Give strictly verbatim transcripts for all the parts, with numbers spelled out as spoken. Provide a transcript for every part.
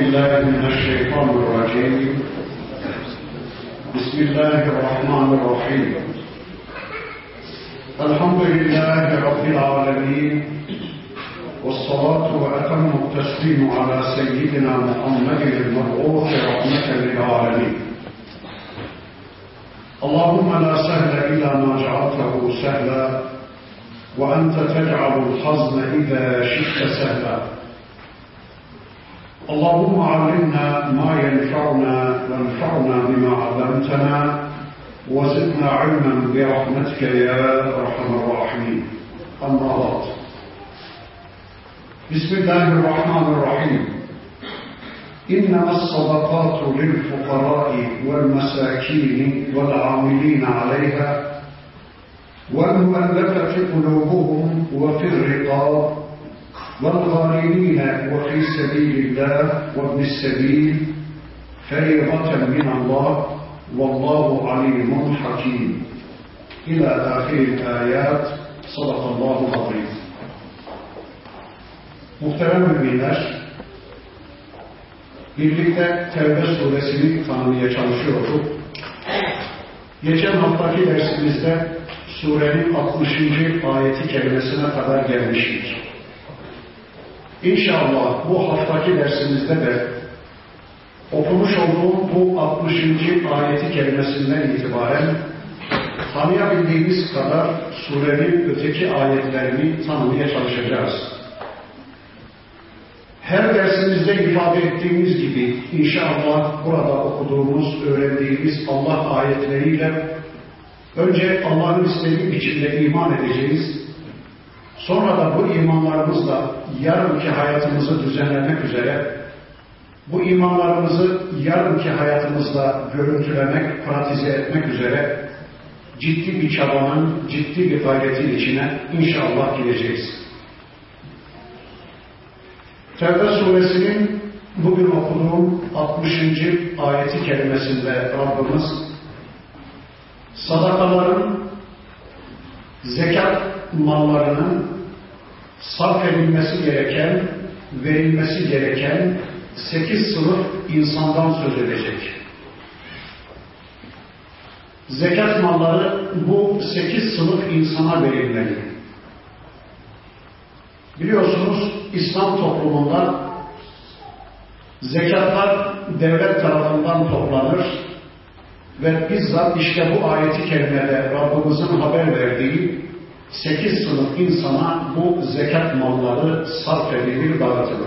بالله من الشيطان الرجيم. بسم الله الرحمن الرحيم. الحمد لله رب العالمين، والصلاة وأتم التسليم على سيدنا محمد المبعوث رحمة للعالمين. اللهم لا سهل إلا ما جعلته سهلا، وأنت تجعل الحزن إذا شئت سهلا. اللهم علمنا ما ينفعنا وانفعنا بما علمتنا، وزدنا علما برحمتك يا أرحم الراحمين. أما بعد. بسم الله الرحمن الرحيم. إنما الصدقات للفقراء والمساكين والعاملين عليها والمؤلفة قلوبهم وفي الرقاب والغارمين وفي سبيل الله وابن السبيل فريضة من الله والله عليم حكيم. إلى آخر الآيات. صدق الله العظيم. Muhterem müminler, birlikte Tevbe suresini tanımaya çalışıyorduk. Geçen haftaki dersimizde surenin altmışıncı ayeti kelimesine kadar gelmiştik. İnşallah bu haftaki dersimizde de okumuş olduğum bu altmışıncı ayeti kelimesinden itibaren tanıyabildiğimiz kadar surenin öteki ayetlerini tanımaya çalışacağız. Her dersimizde ifade ettiğimiz gibi inşallah burada okuduğumuz, öğrendiğimiz Allah ayetleriyle önce Allah'ın istediği biçimde iman edeceğiz. Sonra da bu imanlarımızla yarınki hayatımızı düzenlemek üzere, bu imanlarımızı yarınki hayatımızla görüntülemek, pratize etmek üzere ciddi bir çabanın, ciddi bir gayretin içine inşallah gireceğiz. Tevbe suresinin bugün okuduğum altmışıncı ayeti kerimesinde Rabbimiz sadakaların, zekat mallarının sarf edilmesi gereken, verilmesi gereken sekiz sınıf insandan söz edecek. Zekat malları bu sekiz sınıf insana verilmeli. Biliyorsunuz İslam toplumunda zekatlar devlet tarafından toplanır ve bizzat işte bu ayeti kerimede Rabbimizin haber verdiği sekiz sınıf insana bu zekat malları sarf edilir, dağıtılır.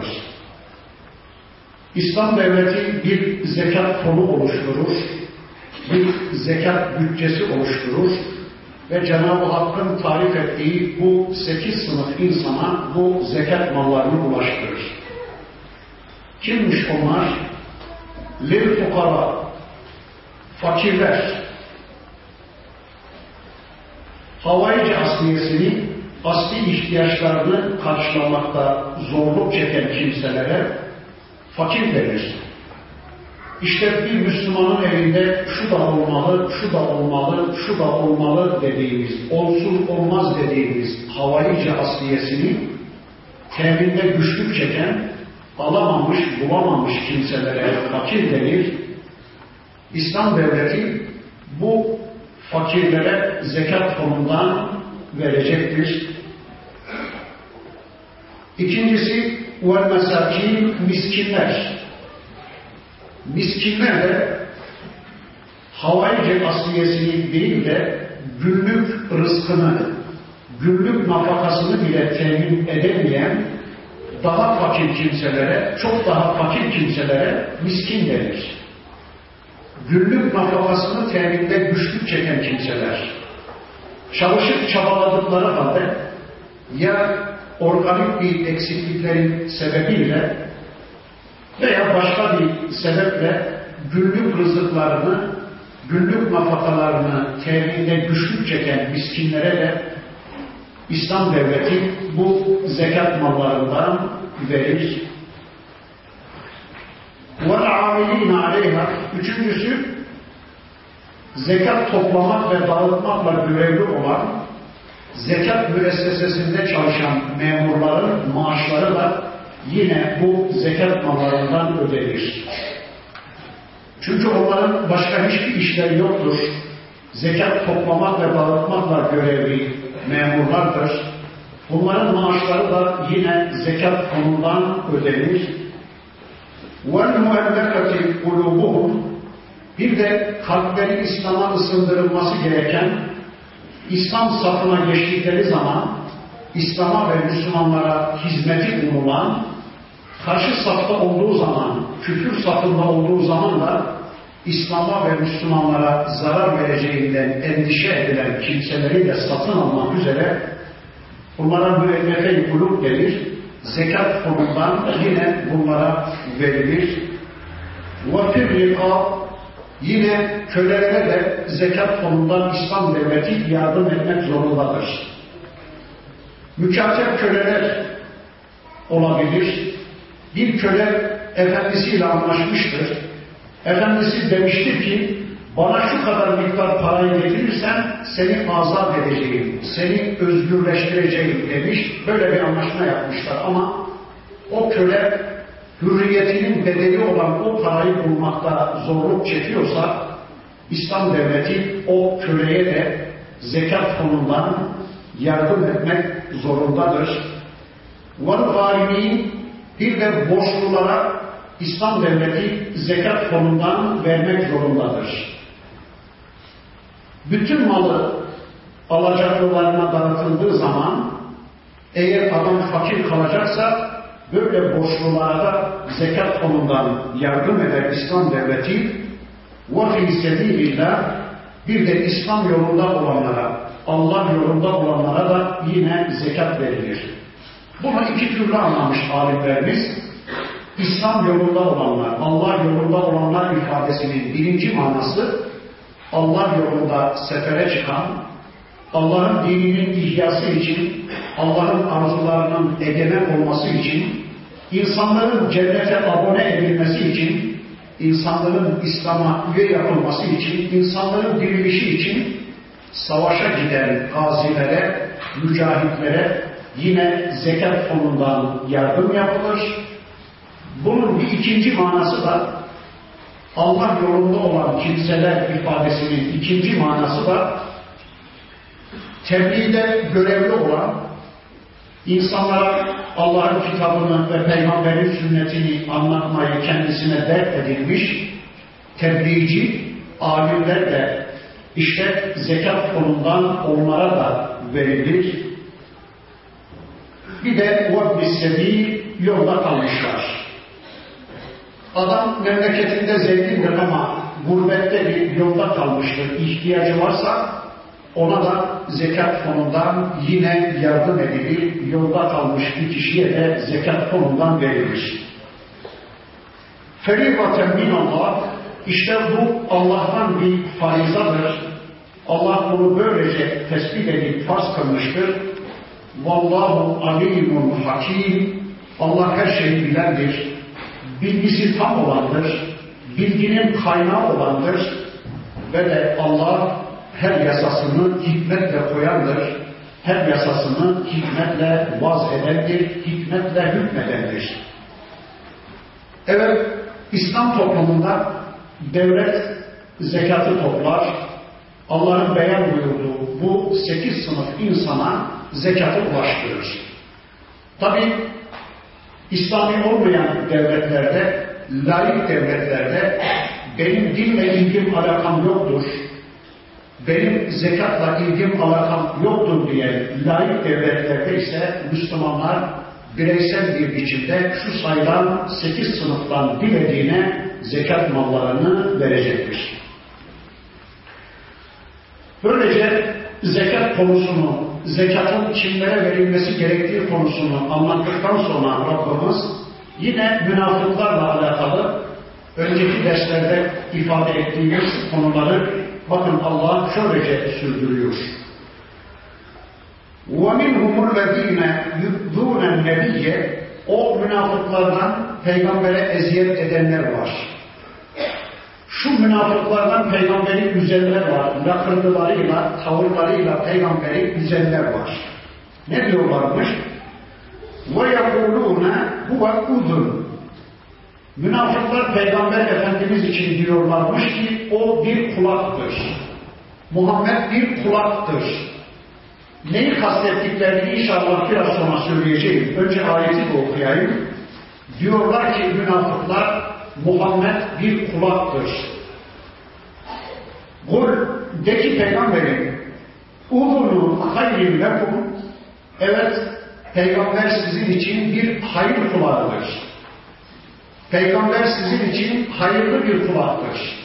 İslam devleti bir zekat fonu oluşturur, bir zekat bütçesi oluşturur ve Cenab-ı Hakk'ın tarif ettiği bu sekiz sınıf insana bu zekat mallarını ulaştırır. Kimmiş onlar? Lil fukara, fakirler. Havai asliyesini, asli ihtiyaçlarını karşılamakta zorluk çeken kimselere fakir denir. İşte bir Müslümanın elinde şu da olmalı, şu da olmalı, şu da olmalı dediğimiz, olsun olmaz dediğimiz havai asliyesini teminde güçlük çeken, alamamış, bulamamış kimselere fakir denir. İslam devleti bu fakirlere zekat fonundan verecektir. İkincisi, vel mesakin, miskinler. Miskinler de havai asliyesini değil de günlük rızkını, günlük nafakasını bile temin edemeyen daha fakir kimselere, çok daha fakir kimselere miskin denir. Günlük nafakasını teminde güçlük çeken kimseler, çalışıp çabaladıkları halde ya organik bir eksikliklerin sebebiyle veya başka bir sebeple günlük rızıklarını, günlük nafakalarını teminde güçlük çeken miskinlere de İslam devleti bu zekat mallarından verir. وَالْعَامِلِينَ عَلَيْهَا. Üçüncüsü, zekat toplamak ve dağıtmakla görevli olan zekat müessesesinde çalışan memurların maaşları da yine bu zekat mallarından ödenir. Çünkü onların başka hiçbir işleri yoktur. Zekat toplamak ve dağıtmakla görevli memurlardır. Bunların maaşları da yine zekat fonundan ödenir. وَالْمُؤَلَّفَةِ قُلُوبُهُمْ Bir de kalpleri İslam'a ısındırılması gereken, İslam safına geçtikleri zaman İslam'a ve Müslümanlara hizmeti umulan, karşı safta olduğu zaman, küfür safında olduğu zaman da İslam'a ve Müslümanlara zarar vereceğinden endişe edilen kimseleri de satın almak üzere bunlara müellefe-i kulub denir. Zekat fonundan yine bunlara verilir. وَفِرْ رِقَابِ Yine kölelere de zekat fonundan İslam devleti yardım etmek zorundadır. Mükatep köleler olabilir. Bir köle efendisiyle anlaşmıştır. Efendisi demiştir ki, bana şu kadar miktar parayı getirirsen seni azat edeceğim, seni özgürleştireceğim demiş. Böyle bir anlaşma yapmışlar ama o köle hürriyetinin bedeli olan o parayı bulmakta zorluk çekiyorsa İslam devleti o köleye de zekat fonundan yardım etmek zorundadır. وَالْغَارِمِينَ Bir de borçlulara İslam devleti zekat fonundan vermek zorundadır. Bütün malı alacaklılarına dağıtıldığı zaman eğer adam fakir kalacaksa böyle borçlulara da zekat fonundan yardım eder İslam devleti. وَفِي سَبِيلِ Bir de İslam yolunda olanlara, Allah yolunda olanlara da yine zekat verilir. Bunu iki türlü anlamış alimlerimiz. İslam yolunda olanlar, Allah yolunda olanlar ifadesinin birinci manası, Allah yolunda sefere çıkan, Allah'ın dininin ihyası için, Allah'ın arzularının egemen olması için, insanların cennete abone edilmesi için, insanların İslam'a üye yapılması için, insanların dirilişi için savaşa giden gazilere, mücahitlere yine zekat fonundan yardım yapılır. Bunun bir ikinci manası da Allah yolunda olan kimseler ifadesinin ikinci manası da tebliğde görevli olan, insanlara Allah'ın kitabını ve Peygamber'in sünnetini anlatmayı kendisine dert edilmiş tebliğci alimler de işte zekat fonundan onlara da verilir. Bir de وَبِّسَّب۪ي yolda kalmışlar. Adam memleketinde zengindir ama gurbette bir yolda kalmıştır. İhtiyacı varsa ona da zekat fonundan yine yardım edilir. Yolda kalmış bir kişiye de zekat fonundan verilir. فَرِيضَةً مِنَ اللّٰهِ İşte bu Allah'tan bir farizadır. Allah bunu böylece tespit edip farz kılmıştır. وَاللّٰهُ عَلِيمٌ حَكِيمٌ Allah her şeyi bilendir. Bilgisi tam olandır. Bilginin kaynağı olandır. Ve de Allah her yasasını hikmetle koyandır. Her yasasını hikmetle vaz edendir. Hikmetle hükmedendir. Evet, İslam toplumunda devlet zekatı toplar. Allah'ın beyan buyurduğu bu sekiz sınıf insana zekatı ulaştırır. Tabi İslami olmayan devletlerde, laik devletlerde benim dinle ilgim alakam yoktur, benim zekatla ilgim alakam yoktur diye laik devletlerde ise Müslümanlar bireysel bir biçimde şu sayılan sekiz sınıftan dilediğine zekat mallarını verecektir. Böylece zekat konusunu, zekatın kimlere verilmesi gerektiği konusunu anlattıktan sonra Rabbimiz yine münafıklarla alakalı önceki derslerde ifade ettiğimiz konuları bakın Allah şöylece sürdürüyor. وَمِنْهُمُ الَّذ۪ينَ يُؤْذُونَ النَّبِيَّ O münafıklardan peygambere eziyet edenler var. Şu münafıklardan peygamberi üzenler var. Lakırdılarıyla, tavırlarıyla peygamberi üzenler var. Ne diyorlarmış? وَيَقُولُونَ هُوَ اُذُنْ Münafıklar Peygamber Efendimiz için diyorlarmış ki o bir kulaktır. Muhammed bir kulaktır. Neyi kastettiklerini inşallah biraz sonra söyleyeceğim. Önce ayeti de okuyayım. Diyorlar ki münafıklar Muhammed bir kulaktır. Kul de ki peygamberim uzunu hayrin lekum evet peygamber sizin için bir hayır kulağıdır. Peygamber sizin için hayırlı bir kulaktır.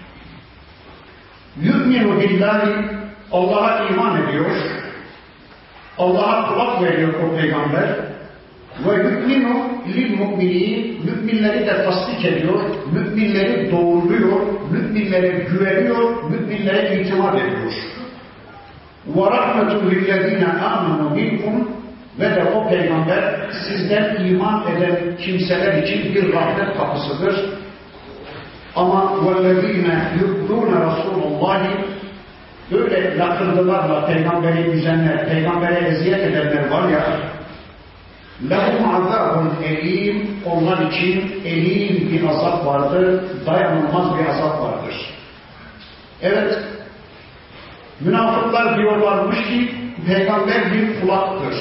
Yu'minu billahi Allah'a iman ediyor. Allah'a kulak veriyor o peygamber. Ve yu'minu lil mu'minin müminleri de tasdik ediyor. Müminleri doğruluyor. Müminlere güveniyor. Müminlere itimat ediyor. Ve rahmetu lillezine amenu minkum ve de o peygamber sizden iman eden kimseler için bir rahmet kapısıdır. Ama وَالَّذ۪ينَ يُؤْذُونَ رَسُولُ اللّٰهِ böyle lakırdılarla peygamberi üzenler, peygambere eziyet edenler var ya لَهُمْ عَذَابٌ اَل۪يمٌ onlar için elim bir azap vardır, dayanılmaz bir azap vardır. Evet, münafıklar diyorlarmış ki peygamber bir kulaktır.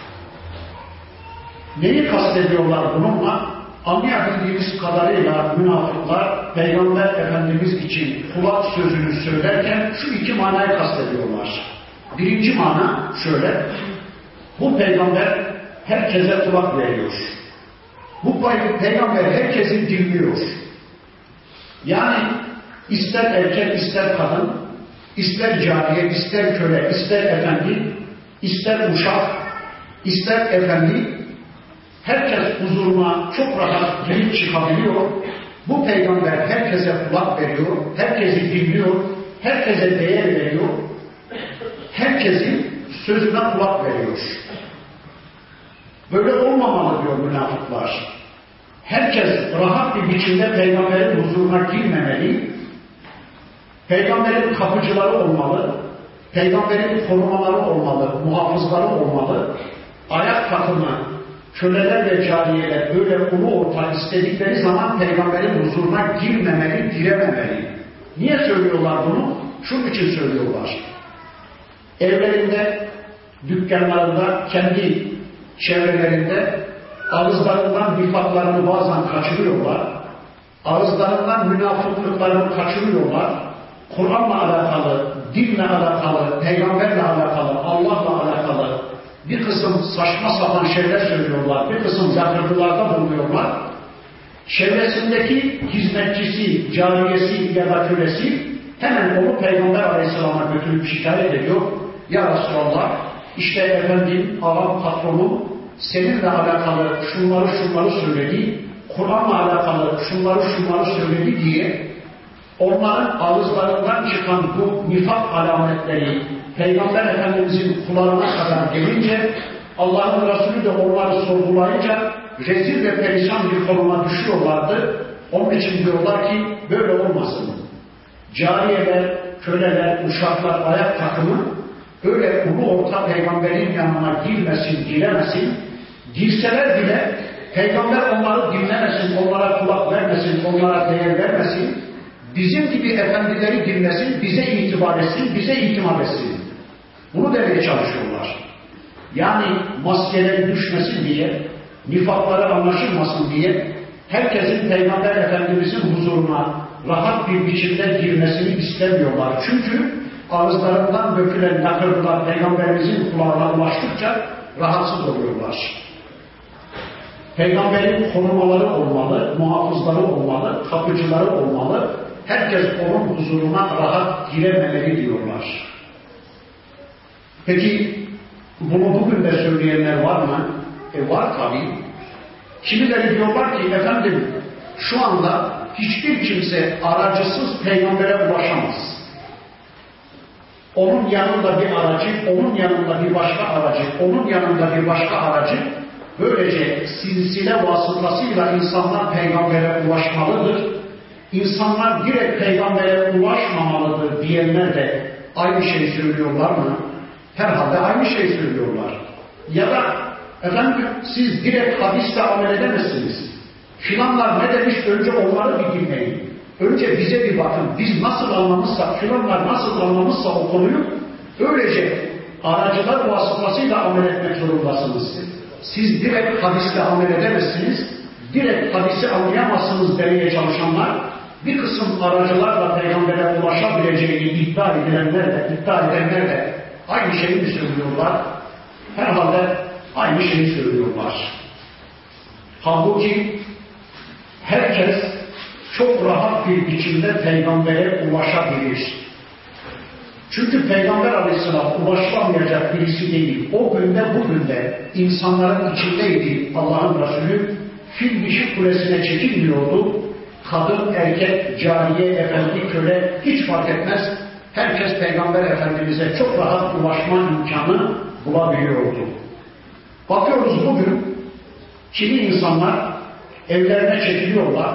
Neyi kastediyorlar bununla? Anlayabildiğimiz kadarıyla münafıklar Peygamber Efendimiz için kulak sözünü söylerken şu iki manayı kastediyorlar. Birinci mana şöyle, bu peygamber herkese kulak veriyor. Bu peygamber herkesi dinliyor. Yani ister erkek ister kadın, ister cariye, ister köle, ister efendi, ister uşak, ister efendi, herkes huzuruna çok rahat girip çıkabiliyor. Bu peygamber herkese kulak veriyor, herkesi dinliyor, herkese değer veriyor, herkesin sözüne kulak veriyor. Böyle olmamalı diyor münafıklar. Herkes rahat bir biçimde peygamberin huzuruna girmemeli, peygamberin kapıcıları olmalı, peygamberin korumaları olmalı, muhafızları olmalı, ayak takımı, köleler ve cariyeler böyle ulu orta istedikleri zaman peygamberin huzuruna girmemeli, girememeli. Niye söylüyorlar bunu? Şunun için söylüyorlar. Evlerinde, dükkanlarında, kendi çevrelerinde ağızlarından nifaklarını bazen kaçırıyorlar. Ağızlarından münafıklıklarını kaçırıyorlar. Kur'an'la alakalı, dinle alakalı, peygamberle alakalı, Allah'la alakalı bir kısım saçma sapan şeyler söylüyorlar, bir kısım yakırdılarda bulunuyorlar. Çevresindeki hizmetçisi, cariyesi ya da kölesi hemen onu Peygamber Aleyhisselam'a götürüp şikayet ediyor. Ya Resulallah, işte efendim, ağam patronu seninle alakalı şunları şunları söyledi, Kur'an'la alakalı şunları şunları söyledi diye onların ağızlarından çıkan bu nifak alametleri Peygamber Efendimizin kulağına kadar gelince Allah'ın Resulü de onları sorgulayınca rezil ve perişan bir konuma düşüyorlardı. Onun için diyorlar ki böyle olmasın. Cariyeler, köleler, uşaklar, ayak takımı öyle ulu orta peygamberin yanına girmesin, giremesin. Girseler bile peygamber onları dinlemesin, onlara kulak vermesin, onlara değer vermesin. Bizim gibi efendileri dinlesin, bize itibar etsin, bize itimat etsin. Bunu demeye çalışıyorlar. Yani maskeleri düşmesin diye, nifakları anlaşılmasın diye herkesin Peygamber Efendimizin huzuruna rahat bir biçimde girmesini istemiyorlar. Çünkü ağızlarından dökülen lakırdılar Peygamberimizin kulağına ulaştıkça rahatsız oluyorlar. Peygamberin korumaları olmalı, muhafızları olmalı, kapıcıları olmalı. Herkes onun huzuruna rahat girememeli diyorlar. Peki bunu bugün de söyleyenler var mı? E var tabii. Kimileri diyorlar ki efendim şu anda hiçbir kimse aracısız peygambere ulaşamaz. Onun yanında bir aracı, onun yanında bir başka aracı, onun yanında bir başka aracı, böylece silsile vasıtasıyla insanlar peygambere ulaşmalıdır. İnsanlar direkt peygambere ulaşmamalıdır diyenler de aynı şey söylüyorlar mı? Herhalde aynı şey söylüyorlar. Ya da Efendim siz direkt hadisle amel edemezsiniz. Filanlar ne demiş önce onları bir dinleyin. Önce bize bir bakın. Biz nasıl anlamışsak, filanlar nasıl anlamışsa o konuyu öylece aracılar vasıtasıyla amel etmek zorundasınız. Siz direkt hadisle amel edemezsiniz. Direkt hadisi anlayamazsınız demeye çalışanlar, bir kısım aracılarla peygambere ulaşabileceğini iddia edilenler de, iddia edenler de aynı şeyi mi söylüyorlar? Herhalde aynı şeyi söylüyorlar. Halbuki herkes çok rahat bir biçimde peygambere ulaşabilir. Çünkü Peygamber Aleyhisselam ulaşılamayacak birisi değil. O günde bugün de insanların içindeydi Allah'ın Resulü. Fil dişi kulesine çekilmiyordu. Kadın, erkek, cariye, efendi, köle hiç fark etmez. Herkes Peygamber Efendimiz'e çok rahat ulaşma imkanı bulabiliyordu. Bakıyoruz bugün kimi insanlar evlerine çekiliyorlar.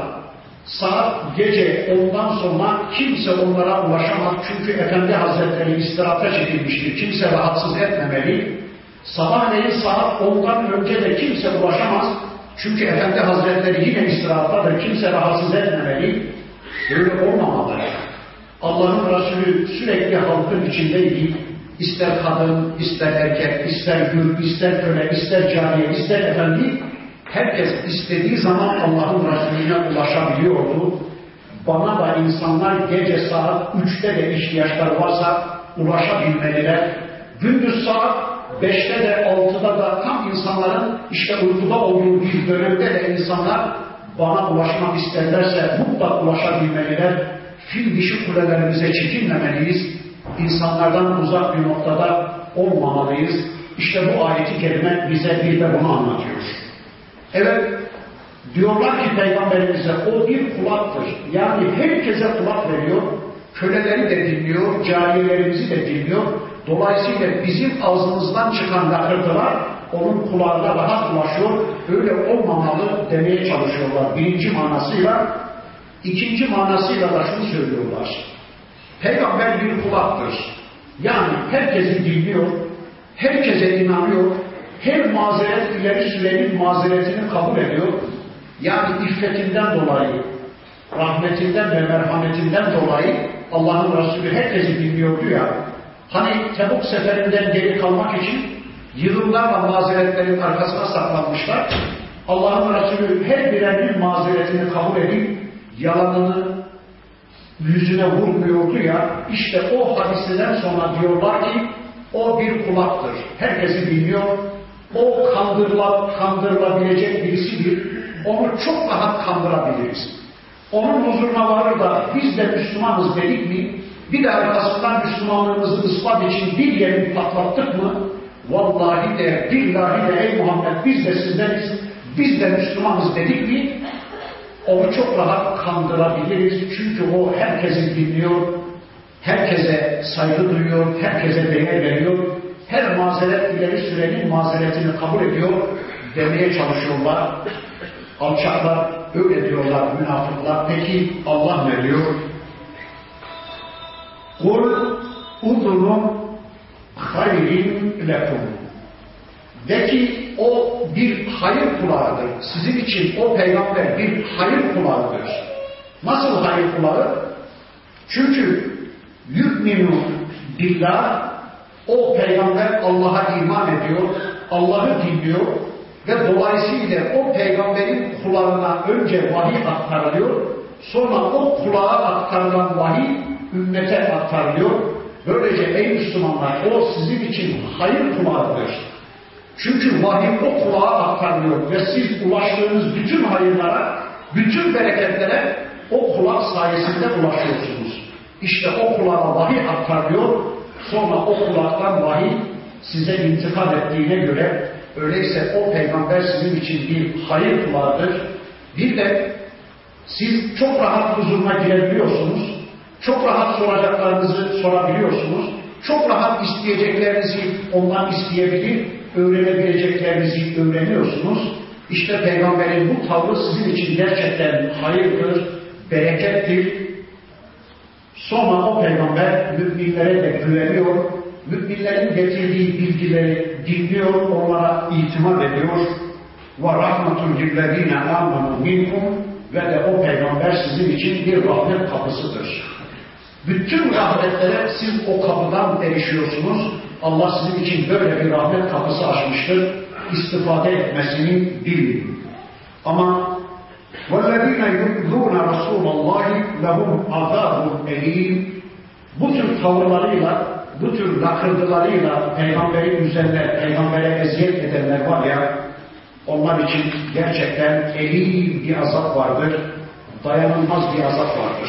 Saat gece ondan sonra kimse onlara ulaşamaz. Çünkü Efendi Hazretleri istirahata çekilmiştir. Kimse rahatsız etmemeli. Sabahleyin saat ondan önce de kimse ulaşamaz. Çünkü Efendi Hazretleri yine istirahattadır. Kimse rahatsız etmemeli. Böyle olmamalı. Allah'ın Resulü sürekli halkın içindeydi. İster kadın, ister erkek, ister gül, ister köle, ister cariye, ister efendi. Herkes istediği zaman Allah'ın Resulüne ulaşabiliyordu. Bana da insanlar gece saat üçte de ihtiyaçları varsa ulaşabilmeliler. Gündüz saat beşte de altıda da tam insanların işte uykuda olduğu bir dönemde de insanlar bana ulaşmak isterlerse mutlaka ulaşabilmeliler. Fil dişi kulelerimize çekilmemeliyiz. İnsanlardan uzak bir noktada olmamalıyız. İşte bu ayet-i kerime bize bir de bunu anlatıyor. Evet, diyorlar ki Peygamberimize o bir kulaktır. Yani herkese kulak veriyor. Köleleri de dinliyor, cariyelerimizi de dinliyor. Dolayısıyla bizim ağzımızdan çıkan lakırtılar onun kulağına rahat ulaşıyor. Öyle olmamalı demeye çalışıyorlar birinci manasıyla. İkinci manasıyla da şunu söylüyorlar. Peygamber bir kulaktır. Yani herkesi dinliyor, herkese inanıyor, her mazeret ileri sürenin mazeretini kabul ediyor. Yani iffetinden dolayı, rahmetinden ve merhametinden dolayı Allah'ın Resulü herkesi dinliyordu ya. Hani Tebuk seferinden geri kalmak için yığınlarla mazeretlerin arkasına saklanmışlar. Allah'ın Resulü her birinin mazeretini kabul edip yalanını yüzüne vurmuyordu ya. İşte o hadiseden sonra diyorlar ki o bir kulaktır. Herkesi dinliyor. O kandırla, kandırılabilecek birisidir. Onu çok rahat kandırabiliriz. Onun huzuruna varır da biz de Müslümanız dedik mi? Bir de arkasından Müslümanlığımızı ispat için bir yerini patlattık mı? Vallahi de, billahi de ey Muhammed biz de sizdeniz, biz de Müslümanız dedik mi? Onu çok rahat kandırabiliriz. Çünkü o herkesi dinliyor, herkese saygı duyuyor, herkese değer veriyor. Her mazeret ileri sürenin mazeretini kabul ediyor demeye çalışıyorlar. Alçaklar öyle diyorlar, münafıklar. Peki Allah ne diyor? Kul udunu hayrin lekum. De ki o bir hayır kulağıdır. Sizin için o peygamber bir hayır kulağıdır. Nasıl hayır kulağı? Çünkü yu'minu billah, o peygamber Allah'a iman ediyor, Allah'ı dinliyor ve dolayısıyla o peygamberin kulağına önce vahiy aktarılıyor, sonra o kulağa aktarılan vahiy ümmete aktarılıyor. Böylece ey Müslümanlar o sizin için hayır kulağıdır. Çünkü vahiy o kulağa aktarılıyor ve siz ulaştığınız bütün hayırlara, bütün bereketlere o kulak sayesinde ulaşıyorsunuz. İşte o kulağa vahiy aktarılıyor, sonra o kulaktan vahiy size intikal ettiğine göre öyleyse o peygamber sizin için bir hayır kulağıdır. Bir de siz çok rahat huzuruna girebiliyorsunuz, çok rahat soracaklarınızı sorabiliyorsunuz, çok rahat isteyeceklerinizi ondan isteyebilir, öğrenebileceklerinizi öğreniyorsunuz. İşte peygamberin bu tavrı sizin için gerçekten hayırdır, berekettir. Sonra o peygamber müminlere de güveniyor, müminlerin getirdiği bilgileri dinliyor, onlara itimat ediyor. Ve rahmetun lillezine amenu minkum, ve de o peygamber sizin için bir rahmet kapısıdır. Bütün rahmetlere siz o kapıdan erişiyorsunuz. Allah sizin için böyle bir rahmet kapısı açmıştır. İstifade etmesini bilin. Ama وَالَّذ۪ينَ يُؤْذُونَ رَسُولَ اللّٰهِ لَهُمْ عَذَابٌ اَل۪يمٌ. Bu tür tavırlarıyla, bu tür lakırdılarıyla peygamberi üzenler, peygambere eziyet edenler var ya, onlar için gerçekten elim bir azap vardır, dayanılmaz bir azap vardır.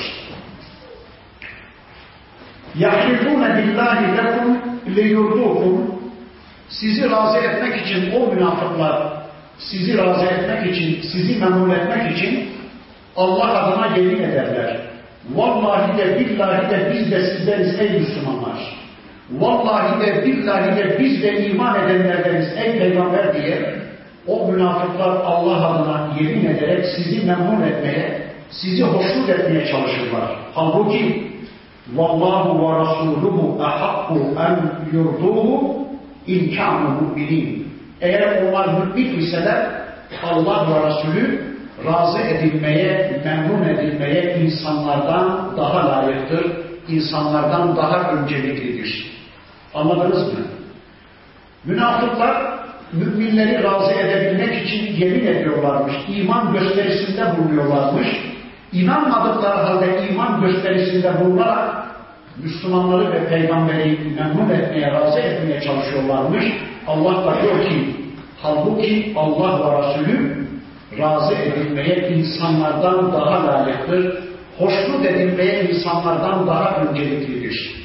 يَحْرِفُونَ بِاللّٰهِ لَكُمْ لِيُرْضُوكُمْ. Sizi razı etmek için o münafıklar, sizi razı etmek için, sizi memnun etmek için Allah adına yemin ederler. Vallahi de billahi de biz de sizleriz ey Müslümanlar. Vallahi de billahi de biz de iman edenlerdeniz ey Peygamber diye o münafıklar Allah adına yemin ederek sizi memnun etmeye, sizi hoşnut etmeye çalışırlar. Halbuki vallahu ve rasuluhu ahakku en yurduhu inkânu mu'minin. Eğer onlar mümin iseler Allah ve Resulü razı edilmeye, memnun edilmeye insanlardan daha layıktır, insanlardan daha önceliklidir. Anladınız mı? Münafıklar müminleri razı edebilmek için yemin ediyorlarmış, iman gösterisinde bulunuyorlarmış. İnanmadıkları halde iman gösterisinde bulunarak Müslümanları ve peygamberi memnun etmeye, razı etmeye çalışıyorlarmış. Allah da diyor ki, halbuki Allah ve Resulü razı edilmeye insanlardan daha layıktır, hoşnut edilmeye insanlardan daha önceliklidir.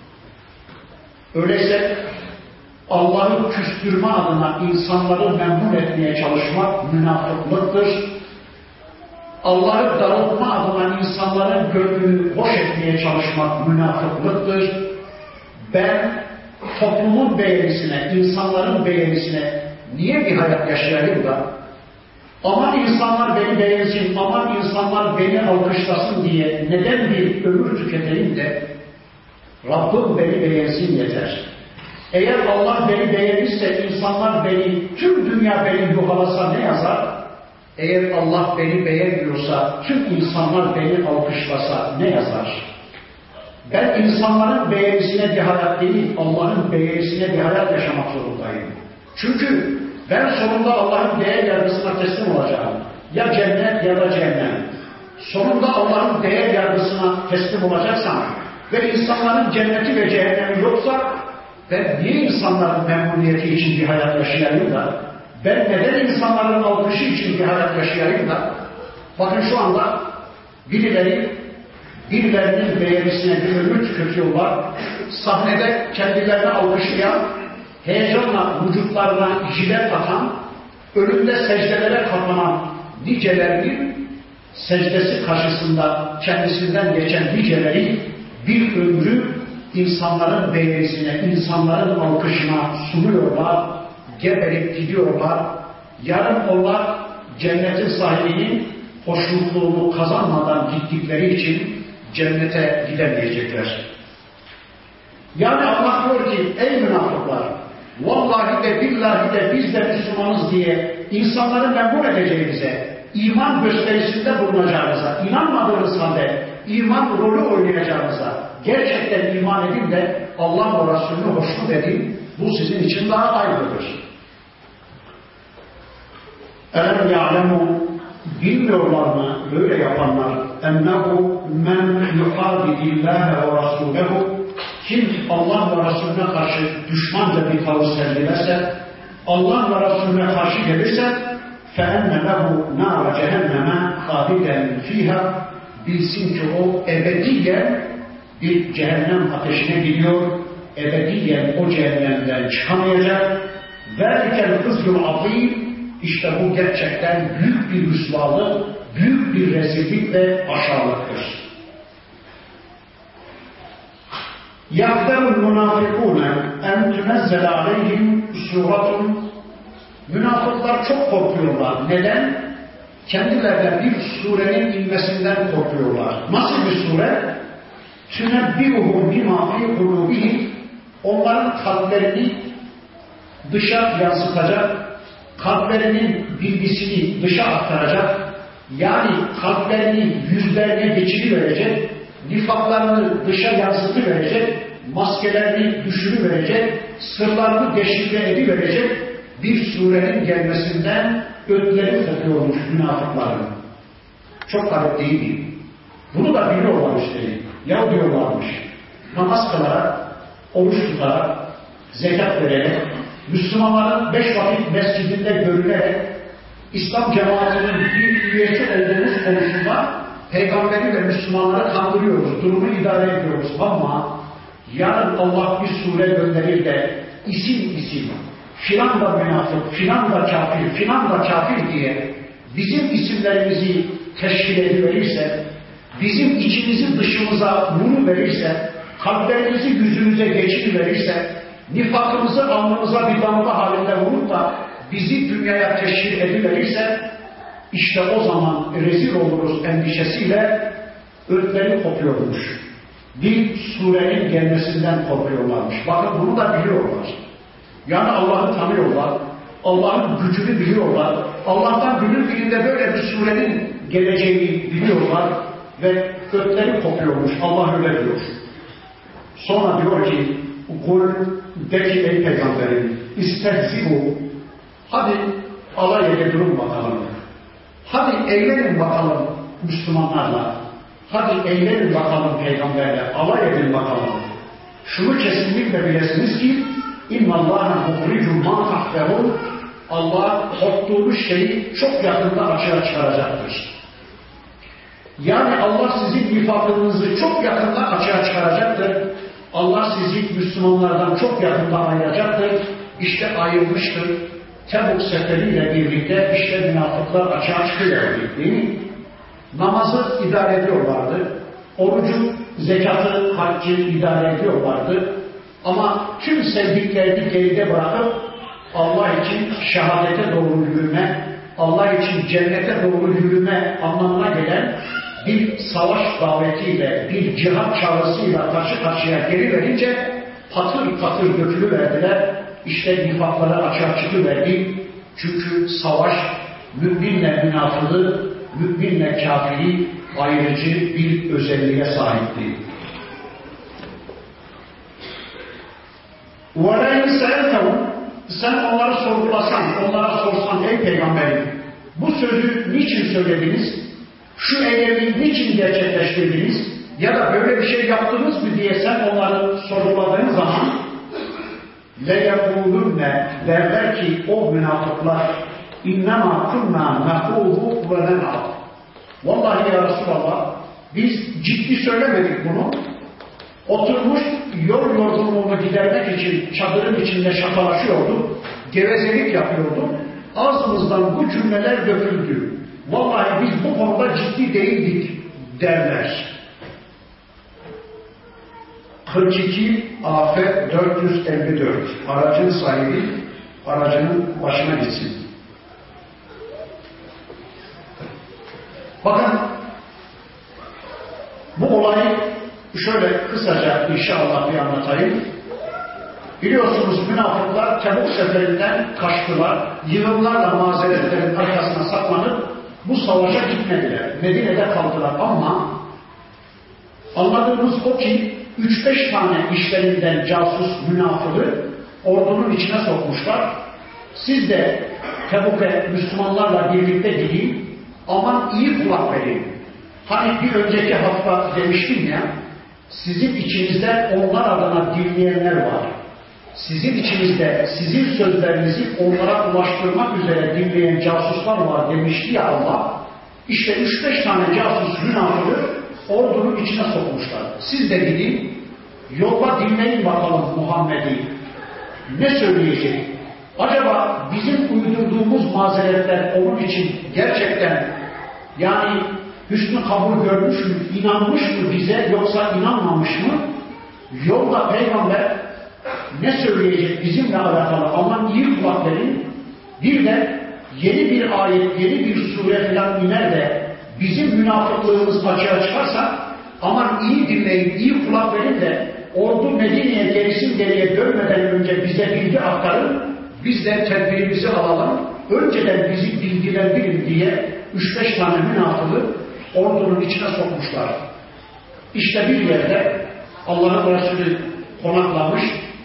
Öyleyse Allah'ı küstürme adına insanları memnun etmeye çalışmak münafıklıktır. Allah'ı darıltma adına insanların gönlünü hoş etmeye çalışmak münafıklıktır. Ben toplumun beğenisine, insanların beğenisine niye bir hayat yaşayayım da aman insanlar beni beğensin, aman insanlar beni alkışlasın diye neden bir ömür tüketeyim de Rabbim beni beğensin yeter. Eğer Allah beni beğenirse, insanlar beni, tüm dünya beni yuhalasa ne yazar? Eğer Allah beni beğenmiyorsa, tüm insanlar beni alkışlasa ne yazar? Ben insanların beğenisine bir hayat değil, Allah'ın beğenisine bir hayat yaşamak zorundayım. Çünkü ben sonunda Allah'ın değer yargısına teslim olacağım. Ya cennet ya da cehennem. Sonunda Allah'ın değer yargısına teslim olacaksam ve insanların cenneti ve cehennemi yoksa ben niye insanların memnuniyeti için bir hayat yaşayayım da, ben neden insanların alkışı için bir hayat yaşayayım da, bakın şu anda birileri birilerinin beğenisine bir ömür tüketiyorlar, sahnede kendilerini alkışlayan, heyecanla vücutlarına jilet atan, önünde secdelere kapanan nicelerinin secdesi karşısında kendisinden geçen niceleri bir ömrü insanların beğenisine, insanların alkışına sunuyorlar, geberip gidiyorlar. Yarın onlar cennetin sahibinin hoşnutluğunu kazanmadan gittikleri için cennete gidemeyecekler. Yani Allah diyor ki, ey münafıklar, vallahi de billahi de biz de Müslümanız diye insanları memnun edeceğinize, iman gösterisinde bulunacağınıza, inanmadığınız halde iman rolü oynayacağınıza, gerçekten iman edin de Allah ve Resulü'nü hoşnut edin, bu sizin için daha hayırlıdır. Elem ya'lemu, bilmiyorlar mı böyle yapanlar, ennehu men yuhadidillâhe ve rasûlehu, kim Allah ve Resulüne karşı düşmanca bir tavır sergilerse, Allah ve Resulüne karşı gelirse, فَاَنَّ لَهُ نَارَ cehenneme خَالِدًا ف۪يهَا, bilsin ki o ebediyen bir cehennem ateşine gidiyor, ebediyen o cehennemden çıkamayacak. ذَلِكَ الْخِزْيُ الْعَظِيمِ, işte bu gerçekten büyük bir rüsvalık, büyük bir rezillik ve aşağılıktır. يَحْذَرُ الْمُنَافِقُونَ اَنْ تُنَزَّلَ عَلَيْهِمْ سُورَةٌ. Münafıklar çok korkuyorlar. Neden? Kendilerine bir surenin inmesinden korkuyorlar. Nasıl bir sure? تُنَبِّئُهُمْ بِمَا فِي قُلُوبِهِمْ. Onların kalplerini dışa yansıtacak, kalplerinin bilgisini dışa aktaracak, yani kalplerini yüzlerine geçiriverecek, nifaklarını dışa yansıtıverecek, maskelerini düşürüverecek, sırlarını deşifre ediverecek bir surenin gelmesinden ötleri kopuyormuş münafıkların. Çok garip değil mi? Bunu da biliyorlar üstelik. Ya diyorlarmış, namaz kılarak, oruç tutarak, zekat vererek, Müslümanların beş vakit mescidinde görülerek, İslam cemaatinin bir üyesi olduğumuz konusunda Peygamberi ve Müslümanları kandırıyoruz, durumu idare ediyoruz ama yarın Allah bir sure gönderir de isim isim, filan da münafık, filan da kafir, filan da kafir diye bizim isimlerimizi teşkil ediverirse, bizim içimizi dışımıza vuru verirse, kalplerimizi yüzümüze geçiriverirse, nifakımızı alnımıza bir damla halinde vurup da bizi dünyaya teşhir ediverirse, işte o zaman rezil oluruz endişesiyle ötleri kopuyormuş. Bir surenin gelmesinden korkuyorlarmış. Bakın bunu da biliyorlar. Yani Allah'ı tanıyorlar, Allah'ın gücünü biliyorlar, Allah'tan günün birinde böyle bir surenin geleceğini biliyorlar ve ötleri kopuyormuş. Allah öyle diyor. Sonra diyor ki, kul de ki ey peygamberim, istehzi'u, hadi alay edin durun bakalım. Hadi eğlenin bakalım Müslümanlarla. Hadi eğlenin bakalım peygamberle. Alay edin bakalım. Şunu kesinlikle bilesiniz ki اِنَّ اللّٰهَ مُخْرِجُ مَا تَحْتَهُ Allah korktuğunuz şeyi çok yakında açığa çıkaracaktır. Yani Allah sizin nifakınızı çok yakında açığa çıkaracaktır. Allah sizi Müslümanlardan çok yakında ayıracaktır. İşte ayrılmıştır. Tebuk seferiyle birlikte işte münafıklar açığa çıkıyorlar, değil mi? Namazı idare ediyorlardı. Orucu, zekatı, haccı idare ediyorlardı. Ama tüm sevdiklerini geride bırakıp Allah için şehadete doğru yürüme, Allah için cennete doğru yürüme anlamına gelen bir savaş davetiyle, bir cihat çağrısıyla karşı karşıya geri verince patır patır dökülüverdiler. İşte nifakları açığa çıkıverdi. Çünkü savaş müminle münafığı, müminle kafiri ayrıcı bir özelliğe sahipti. وَلَيْنْ سَيَلْتَوْا Sen onları sorgulasan, onlara sorsan ey peygamberim, bu sözü niçin söylediniz? Şu eylemi niçin gerçekleştirdiniz? Ya da böyle bir şey yaptınız mı diye sen onları sorguladığın zaman لَيَقُولُنَّ derler ki o münafıklar اِنَّمَا كُنَّا نَقُوهُ وَنَنَعُ Vallahi ya Resulallah biz ciddi söylemedik bunu. Oturmuş yol yorgunluğunu gidermek için çadırın içinde şakalaşıyorduk, gevezelik yapıyorduk. Ağzımızdan bu cümleler döküldü. Vallahi biz bu konuda ciddi değildik derler. kırk iki Afet dört yüz elli dört Aracın sahibi aracının başına gitsin. Bakın bu olayı şöyle kısaca inşallah bir anlatayım. Biliyorsunuz münafıklar Tebuk seferinden kaçtılar. Yığınlarla mazeretlerin arkasına saklanıp bu savaşa gitmediler. Medine'de kaldılar ama anladığımız o ki üç beş tane işlerinden casus münafığı ordunun içine sokmuşlar. Siz de Tebuk'e Müslümanlarla birlikte gidin, aman iyi kulak verin. Hani bir önceki hafta demiştim ya, sizin içinizde onlar adına dinleyenler var. Sizin içinizde sizin sözlerinizi onlara ulaştırmak üzere dinleyen casuslar var demişti ya Allah. İşte üç beş tane casus münafığı ordunun içine sokmuşlar. Siz de gidin, yolda dinleyin bakalım Muhammed'i. Ne söyleyecek? Acaba bizim uydurduğumuz mazeretler onun için gerçekten yani hüsnü kabul görmüş mü, inanmış mı bize yoksa inanmamış mı? Yolda peygamber ne söyleyecek bizimle alakalı aman iyi kulak verin. Bir de yeni bir ayet, yeni bir sure falan iner de bizim münafıklığımız açığa çıkarsa aman iyi dinleyin, iyi kulak verin de ordu Medine'ye gerisin geriye dönmeden önce bize bilgi aktarın, biz de tedbirimizi alalım, önceden bizi bilgilendirin diye üç beş tane münafığı ordunun içine sokmuşlar. İşte bir yerde Allah'ın Resulü konaklamış,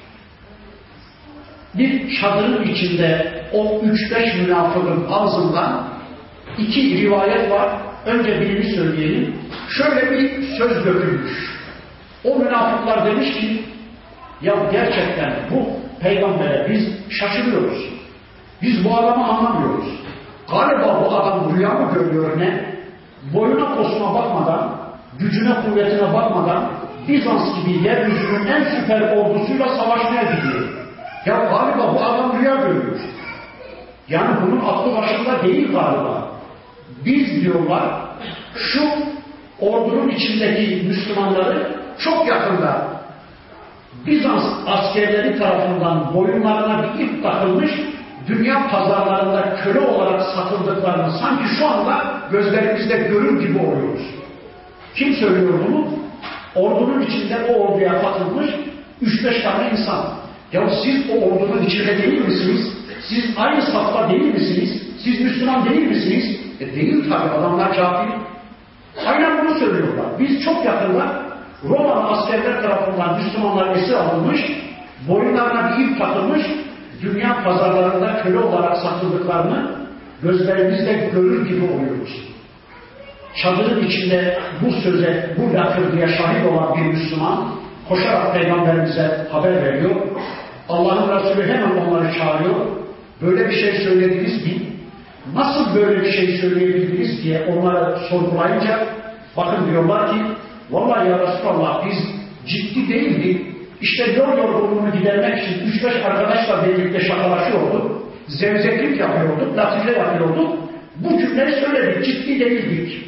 bir çadırın içinde o üç beş münafığın ağzından iki rivayet var. Önce birini söyleyelim. Şöyle bir söz dökülmüş. O münafıklar demiş ki, ya gerçekten bu peygambere biz şaşırıyoruz. Biz bu adamı anlamıyoruz. Galiba bu adam rüya mı görüyor ne? Boyuna posuna bakmadan, gücüne kuvvetine bakmadan Bizans gibi yeryüzünün en süper ordusuyla savaşmaya gidiyor. Ya galiba bu adam rüya görüyor. Yani bunun aklı başında değil galiba. Biz diyorlar şu ordunun içindeki Müslümanları çok yakında Bizans askerleri tarafından boyunlarına bir ip takılmış, dünya pazarlarında köle olarak satıldıklarını sanki şu anda gözlerimizde görür gibi oluyoruz. Kim söylüyor bunu? Ordunun içinde o orduya katılmış üç beş tane insan. Ya siz o ordunun içinde değil misiniz? Siz aynı safta değil misiniz? Siz Müslüman değil misiniz? E değil tabi, adamlar kafir. Aynen bunu söylüyorlar. Biz çok yakında Romalı askerler tarafından Müslümanlar esir alınmış, boyunlarına bir ip takılmış, dünya pazarlarında köle olarak satıldıklarını gözlerimizle görür gibi oluyoruz. Çadırın içinde bu söze, bu lakırdıya şahit olan bir Müslüman koşarak Peygamberimize haber veriyor. Allah'ın Resulü hemen onları çağırıyor. Böyle bir şey söylediniz mi? Nasıl böyle bir şey söyleyebildiniz diye onları sorgulayınca bakın diyorlar ki vallahi ya Resulallah biz ciddi değildik. İşte yol yorgunluğunu gidermek için üç beş arkadaşla birlikte şakalaşıyorduk. Zevzeklik yapıyorduk, latife yapıyorduk. Bu cümleyi söyledik, ciddi değildik.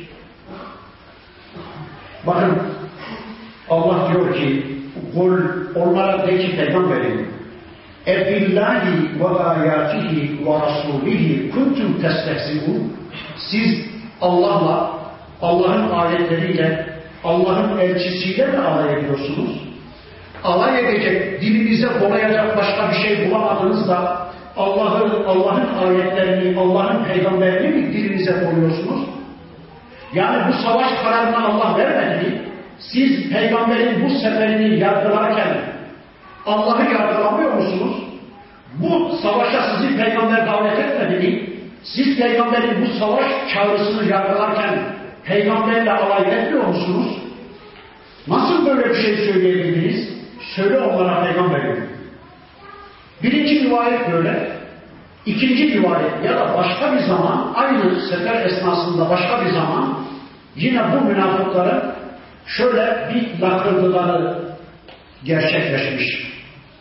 Bakın Allah diyor ki kul onlara de ki peygamberim ebillahi ve ayatihi ve rasulihi kuntum testehzi'un. Siz Allah'la, Allah'ın ayetleriyle, Allah'ın elçisiyle mi alay ediyorsunuz? Alay edecek, dilinize kolayacak başka bir şey bulamadınız da Allah'ın Allah'ın ayetlerini, Allah'ın peygamberini mi dilinize koyuyorsunuz? Yani bu savaş kararını Allah vermedi mi? Siz peygamberin bu seferini yargılarken Allah'ı yargılamıyor musunuz? Bu savaşa sizi peygamber davet etmedi mi? Siz peygamberin bu savaş çağrısını yargılarken peygamberle alay etmiyor musunuz? Nasıl böyle bir şey söyleyebildiniz? Söyle onlara peygamberim. Birinci rivayet böyle. İkinci rivayet ya da başka bir zaman aynı sefer esnasında başka bir zaman yine bu münafıkların şöyle bir lakırdıları gerçekleşmiş.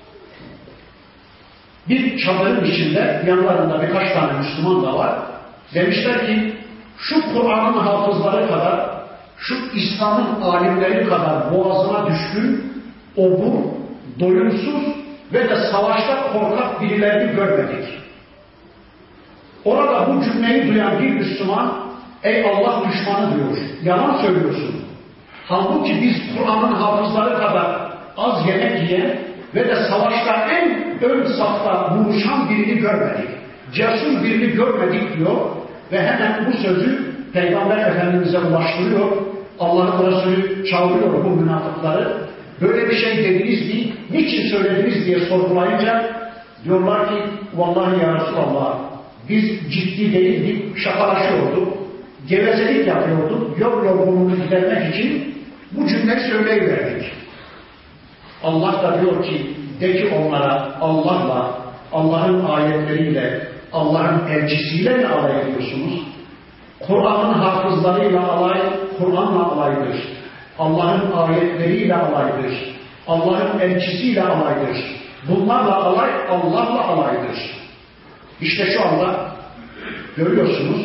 Bir çadırın içinde yanlarında birkaç tane Müslüman da var. Demişler ki şu Kur'an'ın hafızları kadar, şu İslam'ın alimleri kadar boğazına düşkün, obur, doyumsuz ve de savaşta korkak birilerini görmedik. Orada bu cümleyi duyan bir Müslüman, ey Allah düşmanı diyor, yalan söylüyorsun. Halbuki biz Kur'an'ın hafızları kadar az yemek yiyen ve de savaşta en ön safta buluşan birini görmedik. Cesur birini görmedik diyor ve hemen bu sözü Peygamber Efendimiz'e ulaştırıyor. Allah'ın Resulü çağırıyor bu münafıkları. Böyle bir şey dediniz mi? Niçin söylediniz diye sorgulayınca diyorlar ki vallahi ya Resulallah biz ciddi değildik, şakalaşıyorduk, gevezelik yapıyorduk, yol yorgunluğunu gidermek için bu cümleyi söyleyiverdik. Allah da diyor ki de ki onlara Allah'la, Allah'ın ayetleriyle, Allah'ın elçisiyle mi alay ediyorsunuz? Kur'an'ın hafızlarıyla alay, Kur'an'la alaydır. Allah'ın ayetleriyle alaydır. Allah'ın elçisiyle alaydır. Bunlarla alay, Allah'la alaydır. İşte şu anda görüyorsunuz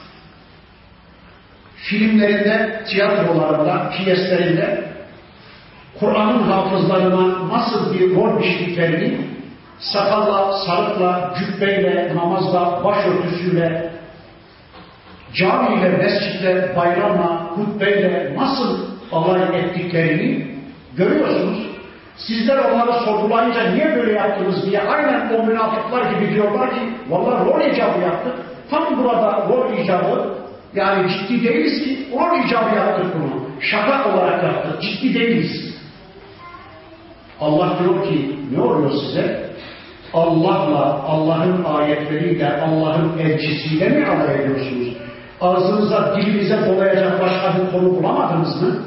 filmlerinde, tiyatrolarında, piyeslerinde Kur'an'ın hafızlarına nasıl bir rol biçtiklerini sakalla, sarıkla, cübbeyle, namazla, başörtüsüyle, camiyle, mescitle, bayramla, hutbeyle nasıl alay ettiklerini görüyorsunuz. Sizler onları sorgulayınca niye böyle yaptınız diye aynen o münafıklar gibi diyorlar ki vallahi rol icabı yaptık. Tam burada rol icabı, yani ciddi değiliz ki rol icabı yaptık bunu. Şaka olarak yaptık, ciddi değiliz. Allah diyor ki ne oluyor size? Allah'la, Allah'ın ayetleriyle, Allah'ın elçisiyle mi alay ediyorsunuz? Ağzınıza, dilinize dolayacak başka bir konu bulamadınız mı?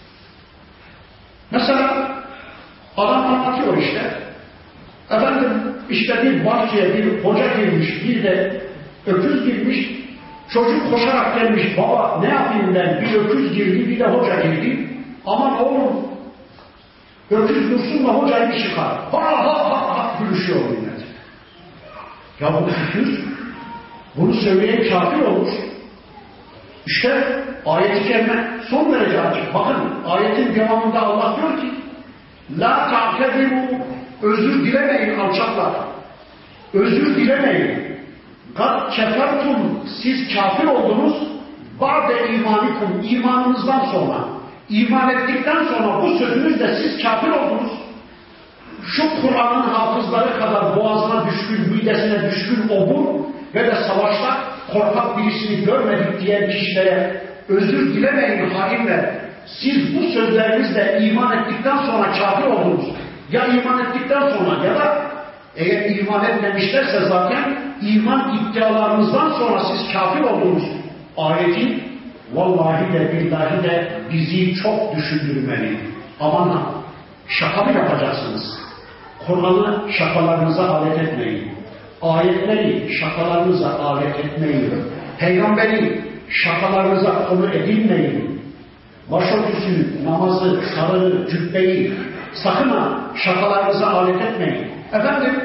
Mesela adam anlatıyor işte. Efendim işte bir bahçeye bir hoca girmiş, bir de öküz girmiş. Çocuk koşarak gelmiş, baba ne yapayım ben? Bir öküz girdi, bir de hoca girdi. Aman oğlum, öküz dursun da hocayı bir çıkar. Ha ha ha ha gülüşüyor millet. Ya bu öküz, bunu söyleyen kafir olur. İşte ayet-i kerime son derece açık. Bakın ayetin devamında Allah diyor ki La ta'tebiru, özür dilemeyin alçaklar. Özür dilemeyin. Kad kefertum, siz kafir oldunuz. Ba'de imanikum, imanınızdan sonra. İman ettikten sonra bu sözünüzle siz kafir oldunuz. Şu Kur'an'ın hafızları kadar boğazına düşkün, midesine düşkün obur ve de savaşta korkak birisini görmedik diyen kişilere özür dilemeyin hainler. Siz bu sözlerinizle iman ettikten sonra kafir oldunuz. Ya iman ettikten sonra ya da eğer iman etmemişlerse zaten iman iddialarınızdan sonra siz kafir oldunuz. Ayetin vallahi de billahi de bizi çok düşündürmeli. Aman ha, şaka mı yapacaksınız? Kur'an'ı şakalarınıza alet etmeyin. Ayetleri şakalarınıza alet etmeyin. Peygamberi şakalarınıza konu edinmeyin. Başörtüsü, namazı, sarığı, cübbeyi sakın ha şakalarınıza alet etmeyin. Efendim,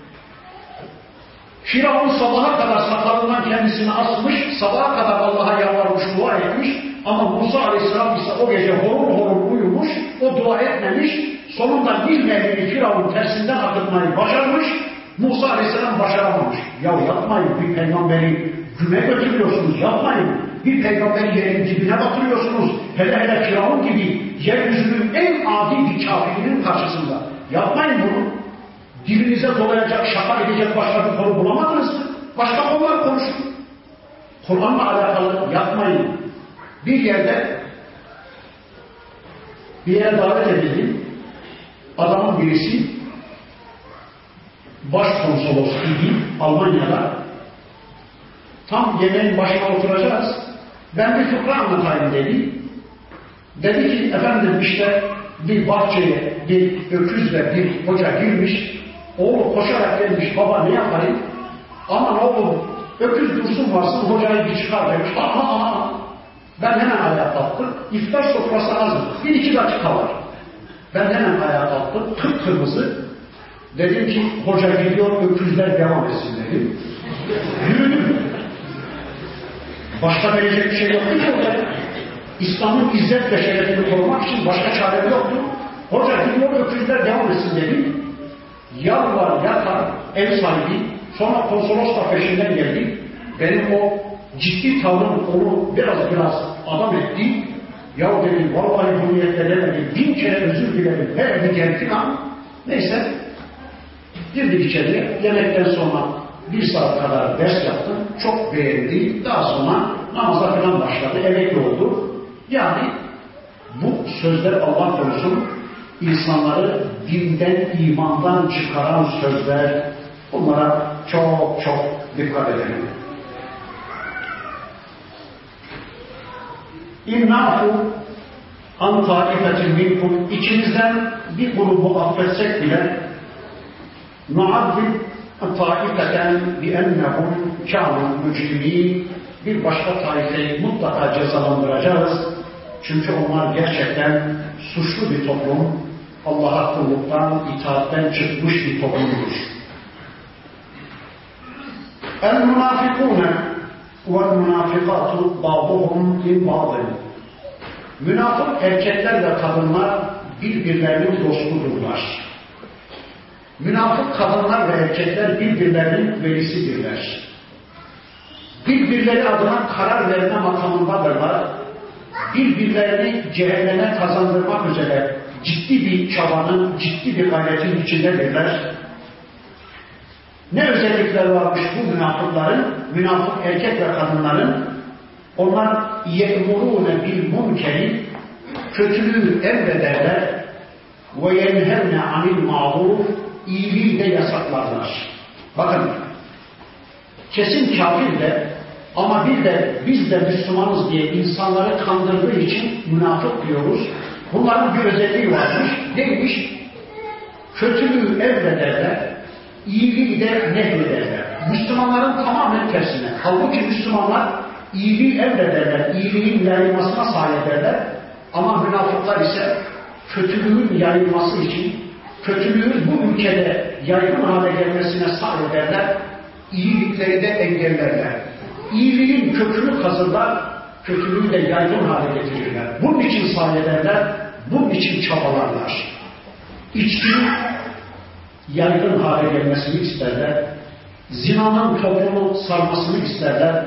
Firavun sabaha kadar sakalından kendisini asmış, sabaha kadar Allah'a yalvarmış, dua etmiş ama Musa Aleyhisselam ise o gece horul horul uyumuş, o dua etmemiş, sonunda Nil Nehri'ni Firavun tersinden akıtmayı başarmış, Musa Aleyhisselam başaramamış. Ya yapmayın, bir peygamberi güme götürüyorsunuz, yapmayın. Bir peygamberi yerin dibine batırıyorsunuz. Hele hele Firavun gibi yeryüzünün en adi bir kafirinin karşısında. Yapmayın bunu. Dilinize dolayacak, şaka edecek başka bir konu bulamadınız mı? Başka konular konuşun. Kur'an'la alakalı yapmayın. Bir yerde bir yere davet edildim. Adamın birisi başkonsolos idi Almanya'da. Tam yemeğin başına oturacağız. Ben bir fıkra anlatayım dedi. Dedi ki efendim işte bir bahçeye bir öküzle bir hoca girmiş. Oğlu koşarak gelmiş, baba ne yapayım? Aman oğlum öküz dursun varsın, hocayı bir çıkar demiş. Ha ha ha. Ben hemen ayağa kalktım. İftar sofrası hazır. Bir iki dakika var. Ben hemen ayağa kalktım. Kıpkırmızı. Dedim ki hoca gidiyor, öküzler devam etsin dedim. Yürüdüm. Başka verecek bir şey yoktu ki orada. İslam'ın izzet ve şerefini korumak için başka çare yoktu. Hoca gidiyor, öküzler devam etsin dedim. Yalvar yakar ev sahibi, sonra konsolos da peşinden geldi. Benim o ciddi tavrım onu biraz biraz adam etti. Ya dedim, vallahi bu niyetle demedim, bin kere özür dilerim, verdi gel filan. Neyse, girdik içeriye, yemekten sonra bir saat kadar ders yaptım, çok beğendi. Daha sonra namaza filan başladı, emekli oldu. Yani bu sözler Allah korusun, İnsanları dinden, imandan çıkaran sözler, bunlara çok çok dikkat edelim. İnnâhu an taifetin minkum, içinizden bir grubu affetsek bile nu'azzib taifeten bi'ennehum kânû mücrimîn, bir başka taifeyi mutlaka cezalandıracağız. Çünkü onlar gerçekten suçlu bir toplum, Allah'a kulluktan, itaatten çıkmış bir toplumdur. El-münâfikûne vel-münâfikâtu bâduhum min bâdin. Münafık erkekler ve kadınlar birbirlerinin dostudurlar. Münafık kadınlar ve erkekler birbirlerinin velisidirler. Birbirleri adına karar verme makamındadırlar. Birbirlerini cehenneme kazandırmak üzere ciddi bir çabanın, ciddi bir gayretin içindedirler. Ne özellikler varmış bu münafıkların, münafık erkek ve kadınların? Onlar ye'murûne bil munkeri, kötülüğü emrederler ve yenhevne anil ma'ruf, iyiliği de yasaklarlar. Bakın, kesin kafir de ama bir de biz de Müslümanız diye insanları kandırdığı için münafık diyoruz. Bunların bir özelliği varmış. Neymiş? Kötülüğü emrederler, iyiliği de nehyederler. Müslümanların tamamen tersine. Halbuki Müslümanlar iyiliği emrederler, iyiliğin yayılmasına sahip ederler. Ama münafıklar ise kötülüğün yayılması için, kötülüğün bu ülkede yaygın hale gelmesine sahip ederler, iyilikleri de engellerler. İyiliğin kökünü kazırlar, kötülüğü de yaygın hale getirirler. Bunun için sahip ederler, bunun için çabalarlar. İçkinin yaygın hale gelmesini isterler, zinanın toplumu sarmasını isterler,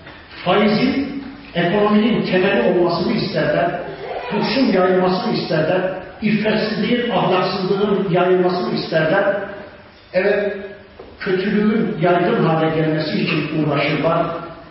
faizin ekonominin temeli olmasını isterler, fuhşun yayılmasını isterler, iffetsizliğin, ahlaksızlığın yayılmasını isterler. Evet, kötülüğün yaygın hale gelmesi için uğraşırlar,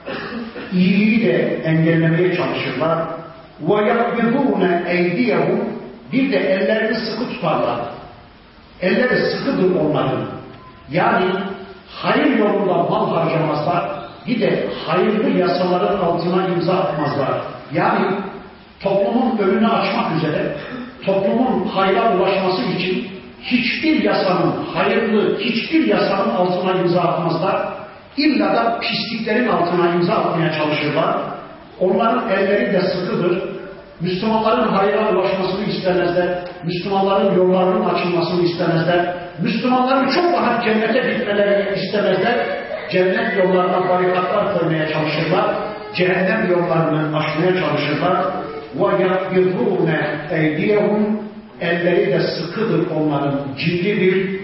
iyiliği de engellemeye çalışırlar. وَيَقْبِضُونَ اَيْدِيَهُمْ Bir de ellerini sıkı tutarlar. Elleri sıkıdır onların. Yani hayır yolunda mal harcamazlar, bir de hayırlı yasaların altına imza atmazlar. Yani toplumun önünü açmak üzere, toplumun hayra ulaşması için hiçbir yasanın, hayırlı hiçbir yasanın altına imza atmazlar. İlla da pisliklerin altına imza atmaya çalışırlar. Onların elleri de sıkıdır. Müslümanların hayra ulaşmasını istemezler. Müslümanların yollarının açılmasını istemezler. Müslümanların çok daha cennete gitmelerini istemezler. Cennet yollarına barikatlar koymaya çalışırlar. Cehennem yollarını aşmaya çalışırlar. وَيَقْبِضُونَ اَيْدِيَهُمْ Elleri de sıkıdır onların, ciddidir.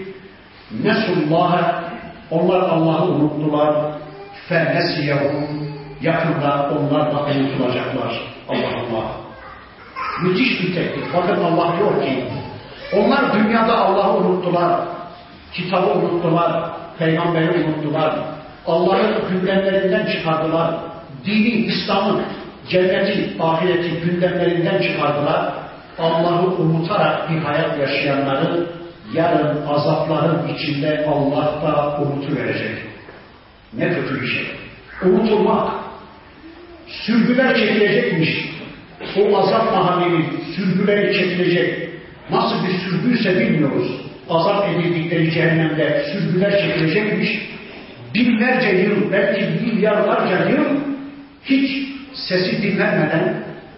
Nesullâhe Onlar Allah'ı unuttular. فَنَسِيَهُمْ Yakında onlar da unutulacaklar. Allah Allah. Müthiş bir teklif. Bakın Allah diyor ki, onlar dünyada Allah'ı unuttular, kitabı unuttular, peygamberi unuttular, Allah'ı gündemlerinden çıkardılar, dini, İslam'ı, cenneti, ahireti gündemlerinden çıkardılar. Allah'ı unutarak bir hayat yaşayanları yarın azapların içinde Allah da unutuverecek. Ne kötü bir şey. Unutulmak. Sürgüler çekilecekmiş. O azap mahallenin sürgüleri çekilecek. Nasıl bir sürgüyse bilmiyoruz. Azap edildikleri cehennemde sürgüler çekilecekmiş. Binlerce yıl, belki milyarlarca yıl hiç sesi dinlenmeden,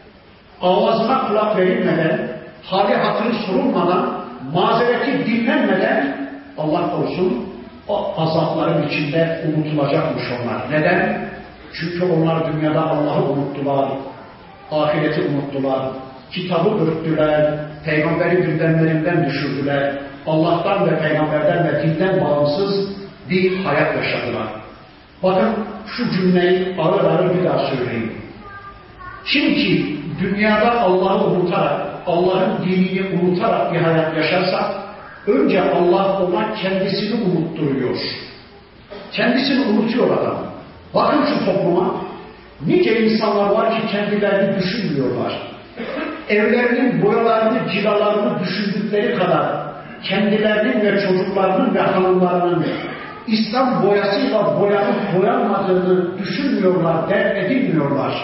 ağzına kulak verilmeden, hali hatırı sorulmadan, mazereti dinlenmeden Allah korusun o azapların içinde unutulacakmış onlar. Neden? Çünkü onlar dünyada Allah'ı unuttular, ahireti unuttular, kitabı örttüler, peygamberi gündemlerinden düşürdüler, Allah'tan ve peygamberden ve dinden bağımsız bir hayat yaşadılar. Bakın şu cümleyi ağır ağır bir daha söyleyeyim. Kim ki dünyada Allah'ı unutarak, Allah'ın dinini unutarak bir hayat yaşarsa, önce Allah ona kendisini unutturuyor. Kendisini unutuyor adam. Bakın şu topluma, nice insanlar var ki kendilerini düşünmüyorlar. Evlerinin boyalarını, cilalarını düşündükleri kadar kendilerinin ve çocuklarının ve hanımlarının İslam boyasıyla boyanıp boyanmadığını düşünmüyorlar, dert edilmiyorlar.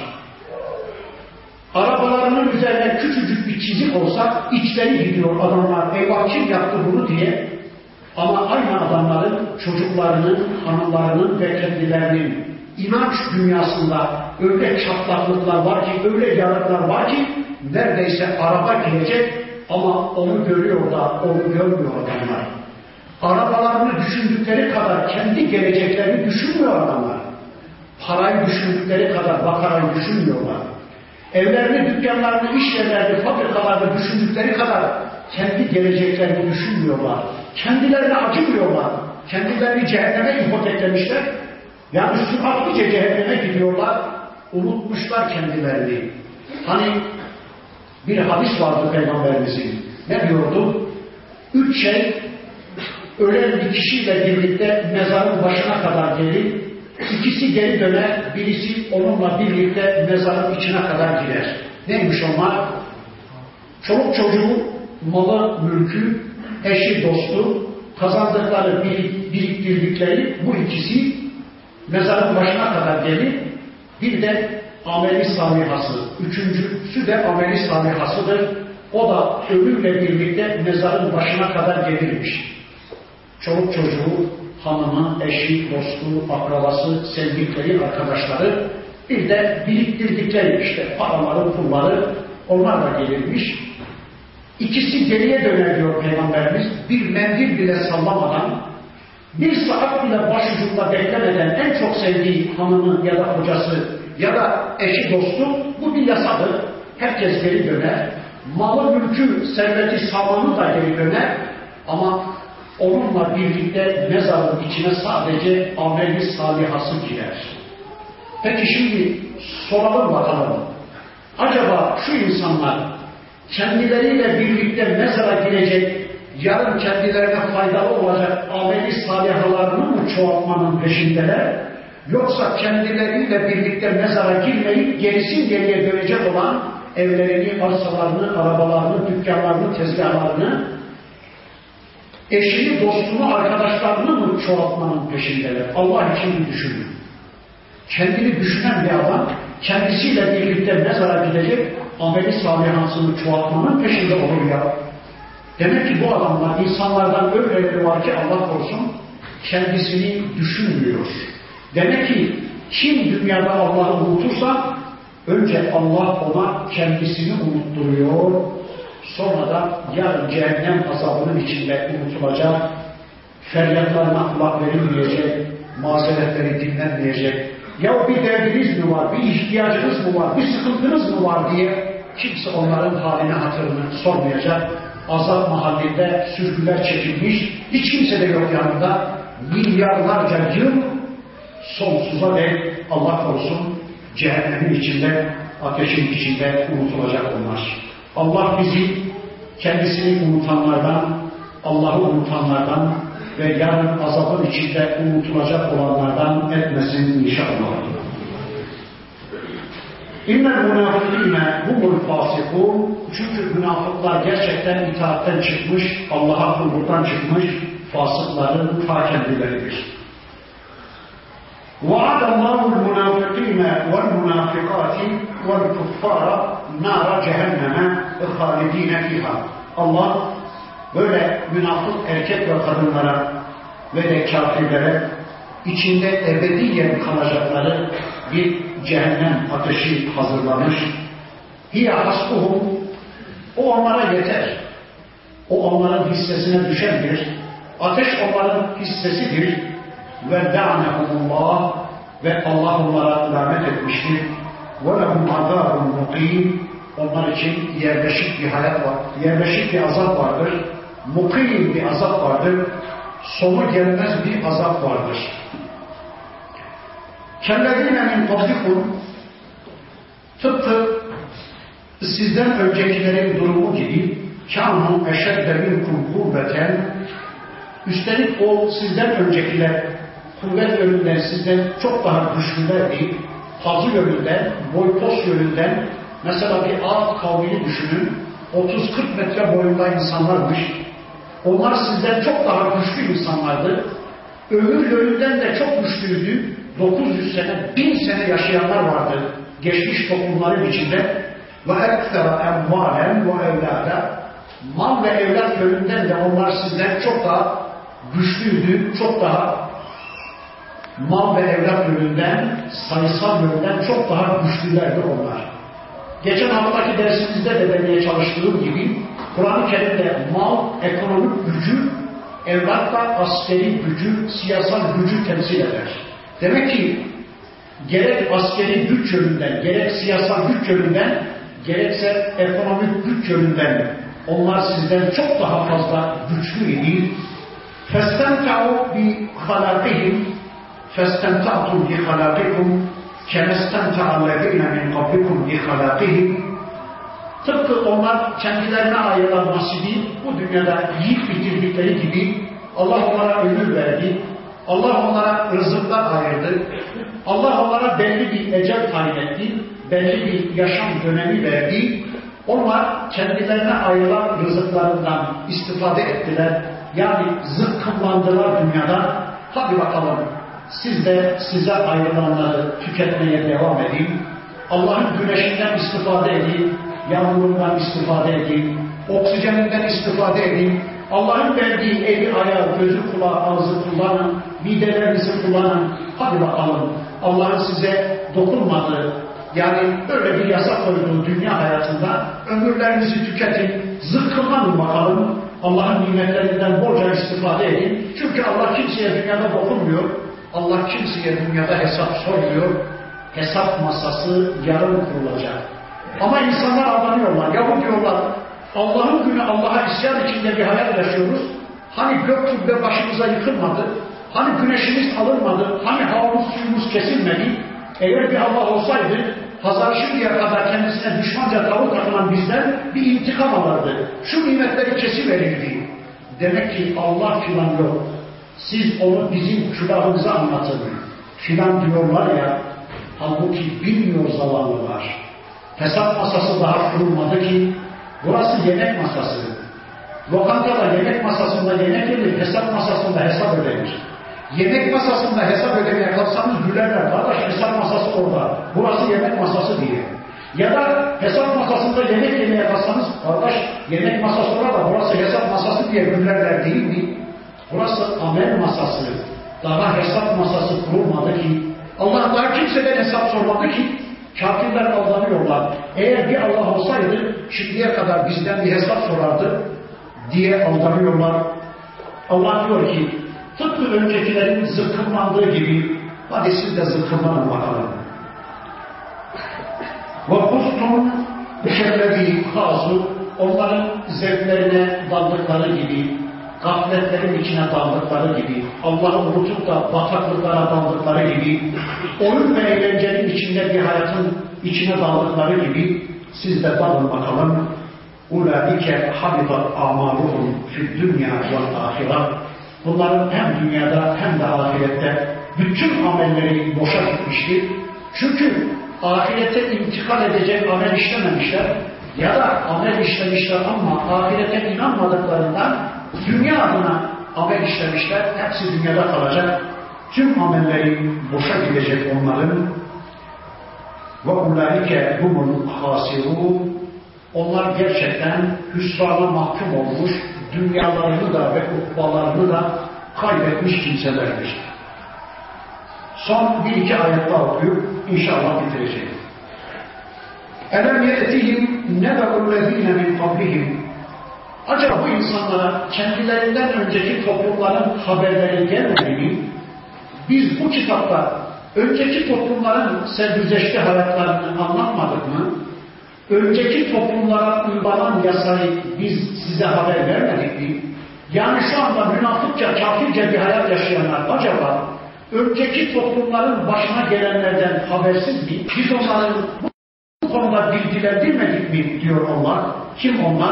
Arabalarının üzerine küçücük bir çizik olsa içleri gidiyor adamlar, eyvah kim yaptı bunu diye. Ama aynı adamların çocuklarının, hanımlarının ve kendilerinin inanç dünyasında öyle çatlaklıklar var ki, öyle yaralar var ki neredeyse araba gelecek ama onu görüyor da onu görmüyor adamlar. Arabalarını düşündükleri kadar kendi geleceklerini düşünmüyor adamlar. Parayı düşündükleri kadar bakarayı düşünmüyorlar. Evlerini, dükkanlarını, iş yerlerini, fabrikalarını düşündükleri kadar kendi geleceklerini düşünmüyorlar. Kendilerine acımıyorlar. Kendilerini cehenneme ipoteklemişler. Yani süratlice cehenneme gidiyorlar. Unutmuşlar kendilerini. Hani bir hadis vardı Peygamberimizin. ne diyordu? Üç şey ölen bir kişiyle birlikte mezarın başına kadar gelir. İkisi geri döner, birisi onunla birlikte mezarın içine kadar girer. Neymiş onlar? Çoluk çocuğu, malı, mülkü, eşi, dostu, kazandıkları, biriktirdikleri bu ikisi mezarın başına kadar gelir. Bir de ameli salihası, üçüncüsü de ameli salihasıdır. O da ölümle birlikte mezarın başına kadar gelirmiş. Çoluk çocuğu, hanımı, eşi, dostu, akrabası, sevdikleri, arkadaşları, bir de biriktirdikleri işte paraları, pulları, onlarla gelirmiş. İkisi geriye döner diyor Peygamberimiz. Bir mendil bile sallamadan, bir saat bile başucunda beklemeden en çok sevdiği hanımı ya da kocası ya da eşi, dostu, bu bir yasadır. Herkes geri döner. Malı, mülkü, serveti, samanı da geri döner. Ama onunla birlikte mezarın içine sadece ameli salihası girer. Peki şimdi soralım bakalım. Acaba şu insanlar kendileriyle birlikte mezara girecek, yarın kendilerine faydalı olacak ameli salihalarını mı çoğaltmanın peşindeler? Yoksa kendileriyle birlikte mezara girmeyip gerisin geriye dönecek olan evlerini, arsalarını, arabalarını, dükkanlarını, tezgahlarını, eşini, dostunu, arkadaşlarını mı çoğaltmanın peşindeler? Allah için bir düşünün. Kendini düşünen bir adam, kendisiyle birlikte mezara gidecek, ameli salihasını çoğaltmanın peşinde olur ya. Demek ki bu adamlar, insanlardan öyleleri var ki Allah korusun, kendisini düşünmüyor. Demek ki kim dünyada Allah'ı unutursa, önce Allah ona kendisini unutturuyor, sonra da yarın cehennem azabının içinde unutulacak, feryatlarına kulak verilmeyecek, mazeretleri dinlenmeyecek. Ya bir derdiniz mi var, bir ihtiyacınız mı var, bir sıkıntınız mı var diye kimse onların halini, hatırını sormayacak. Azap mahallinde sürgüler çekilmiş, hiç kimse de yok yanında. Milyarlarca yıl sonsuza dek Allah korusun cehennemin içinde, ateşin içinde unutulacak onlar. Allah bizi kendisini unutanlardan, Allah'ı unutanlardan ve yarın azabın içinde unutulacak olanlardan etmesin inşallah. İnnel münafıkîne humul fâsikûn. Çünkü münafıklar gerçekten itaatten çıkmış, Allah'a kulluktan çıkmış, fasıkların ta kendileridir. وَعَدَ اللّٰهُ الْمُنَافِقِينَ وَالْمُنَافِقَاتِ وَالْكُفَّارَ نَارَ جَهَنَّمَ خَالِد۪ينَ فِيهَا. Allah böyle münafık erkek ve kadınlara ve de kafirlere içinde ebediyen kalacakları bir cehennem ateşi hazırlamış. Hiye hasbuhum. O onlara yeter. O onların hissesine düşendir. Ateş onların hissesidir. Ve la'nehumullah. Ve Allah onlara lanet etmiştir. Ve lehum azabun mukim. Onlar için yerleşik bir hayat var. Yerleşik bir azap vardır. Mukim bir azap vardır. Sonu gelmez bir azap vardır. Kellezîne min qablikum. Tıpkı sizden öncekilerin durumu gibi kânû eşedde minkum kuvveten. Üstelik o sizden öncekiler kuvvet yönünden sizden çok daha güçlülerdi. Fazıl yönünden, boy pos yönünden. Mesela bir Ad kavmini düşünün. otuz kırk metre boyunda insanlarmış. Onlar sizden çok daha güçlü insanlardı. Ömür yönünden de çok güçlüydü. dokuz yüz sene, bin sene yaşayanlar vardı. Geçmiş toplumların içinde. Ve ekfera emvalen ve evlada. Mal ve evlat yönünden de onlar sizden çok daha güçlüydü. Çok daha mal ve evlat yönünden, sayısal yönden çok daha güçlülerdi onlar. Geçen haftaki dersimizde de demeye çalıştığım gibi Kur'an-ı Kerim'de mal, ekonomik gücü, evlatla askeri gücü, siyasal gücü temsil eder. Demek ki gerek askeri güç yönünden, gerek siyasal güç yönünden, gerekse ekonomik güç yönünden onlar sizden çok daha fazla güçlüydü. فَاسْتَمْتَعُوا بِخَلَقِهِمْ فَاسْتَمْتَعْتُمْ بِخَلَقِكُمْ كَمَسْتَمْتَعَ الَّذِينَ مِنْ قَبْلِكُمْ بِخَلَقِهِمْ. Tıpkı onlar kendilerine ayrılan nasibi bu dünyada yiyip bitirdikleri gibi Allah onlara ömür verdi. Allah onlara rızıklar ayırdı. Allah onlara belli bir ecel tayin etti. Belli bir yaşam dönemi verdi. Onlar kendilerine ayrılan rızıklarından istifade ettiler. Yani zıkkımlandılar dünyada. Hadi bakalım siz de size ayrılanları tüketmeye devam edin. Allah'ın güneşinden istifade edin. Yağmurundan istifade edin. Oksijeninden istifade edin. Allah'ın verdiği eli, ayağı, gözü, kulağı, ağzı kullanın. Midelerinizi kullanın. Hadi bakalım Allah'ın size dokunmadığı, yani böyle bir yasa koyduğu dünya hayatında ömürlerinizi tüketin, zıkkımlanın bakalım. Allah'ın nimetlerinden bolca istifade edin. Çünkü Allah kimseye dünyada dokunmuyor. Allah kimseye dünyada hesap sormuyor. Hesap masası yarın kurulacak. Ama insanlar aldanıyorlar. Yahu diyorlar, Allah'ın günü Allah'a isyan içinde bir hayat yaşıyoruz. Hani gök kubbe başımıza yıkılmadı. Hani güneşimiz alınmadı. Hani havamız suyumuz kesilmedi. Eğer bir Allah olsaydı Hazar şimdiye kadar kendisine düşmanca tavır takılan bizden bir intikam alırdı. Şu nimetleri kesiverirdi. Demek ki Allah filan yok. Siz onu bizim külahımıza anlatın. Filan diyorlar ya, halbuki bilmiyor zavallılar. Hesap masası daha kurulmadı ki, burası yemek masası. Lokantada yemek masasında yemek yenir, hesap masasında hesap ödenir. Yemek masasında hesap ödemeye kalksanız gülerler. Kardeş hesap masası orada. Burası yemek masası diye. Ya da hesap masasında yemek yemeye kalksanız kardeş yemek masası orada. Burası hesap masası diye gülerler değil mi? Burası amel masası. Daha hesap masası kurulmadı ki. Allah daha kimseden hesap sormadı ki. Kafirler aldanıyorlar. Eğer bir Allah olsaydı şimdiye kadar bizden bir hesap sorardı diye aldanıyorlar. Allah diyor ki tıpkı öncekilerin zıkkımlandığı gibi hadi siz de zıkkımlanın bakalım. وَقُسْتُمْ بِشَرَّبِهِ خَازُ Onların zevklerine daldıkları gibi, gafletlerin içine daldıkları gibi, Allah'ı unutup da bataklıklara daldıkları gibi, oyun ve eğlencenin içinde bir hayatın içine daldıkları gibi siz de dalın bakalım. اُولَٰئِكَ حَبِطَتْ اَعْمَالُهُمْ فِي الدُّنْيَا وَالْآخِرَةِ Bunların hem dünyada hem de ahirette bütün amelleri boşa gitmiştir. Çünkü ahirete intikal edecek amel işlememişler ya da amel işlemişler ama ahirete inanmadıklarından dünya adına amel işlemişler. Hepsi dünyada kalacak. Tüm amelleri boşa gidecek onların. وَاُولَٰئِكَ هُمُ الْخَاسِرُونَ Onlar gerçekten hüsrana mahkum olmuş, dünyalarını da ve ukbalarını da kaybetmiş kimselerdir. Son bir iki ayet daha okuyup inşallah bitireceğim. اَلَمْ يَأْتِهِمْ نَبَأُ الَّذ۪ينَ مِنْ قَبْلِهِمْ Acaba bu insanlara kendilerinden önceki toplumların haberleri gelmedi mi? Biz bu kitapta önceki toplumların sergüzeşti hayatlarını anlatmadık mı? Önceki toplumlara uygulanan yasayı biz size haber vermedik mi? Yani şu anda münafıkça, kafirce bir hayat yaşayanlar acaba önceki toplumların başına gelenlerden habersiz mi? Biz onların bu konuda bilgilendirmedik mi diyor onlar. Kim onlar?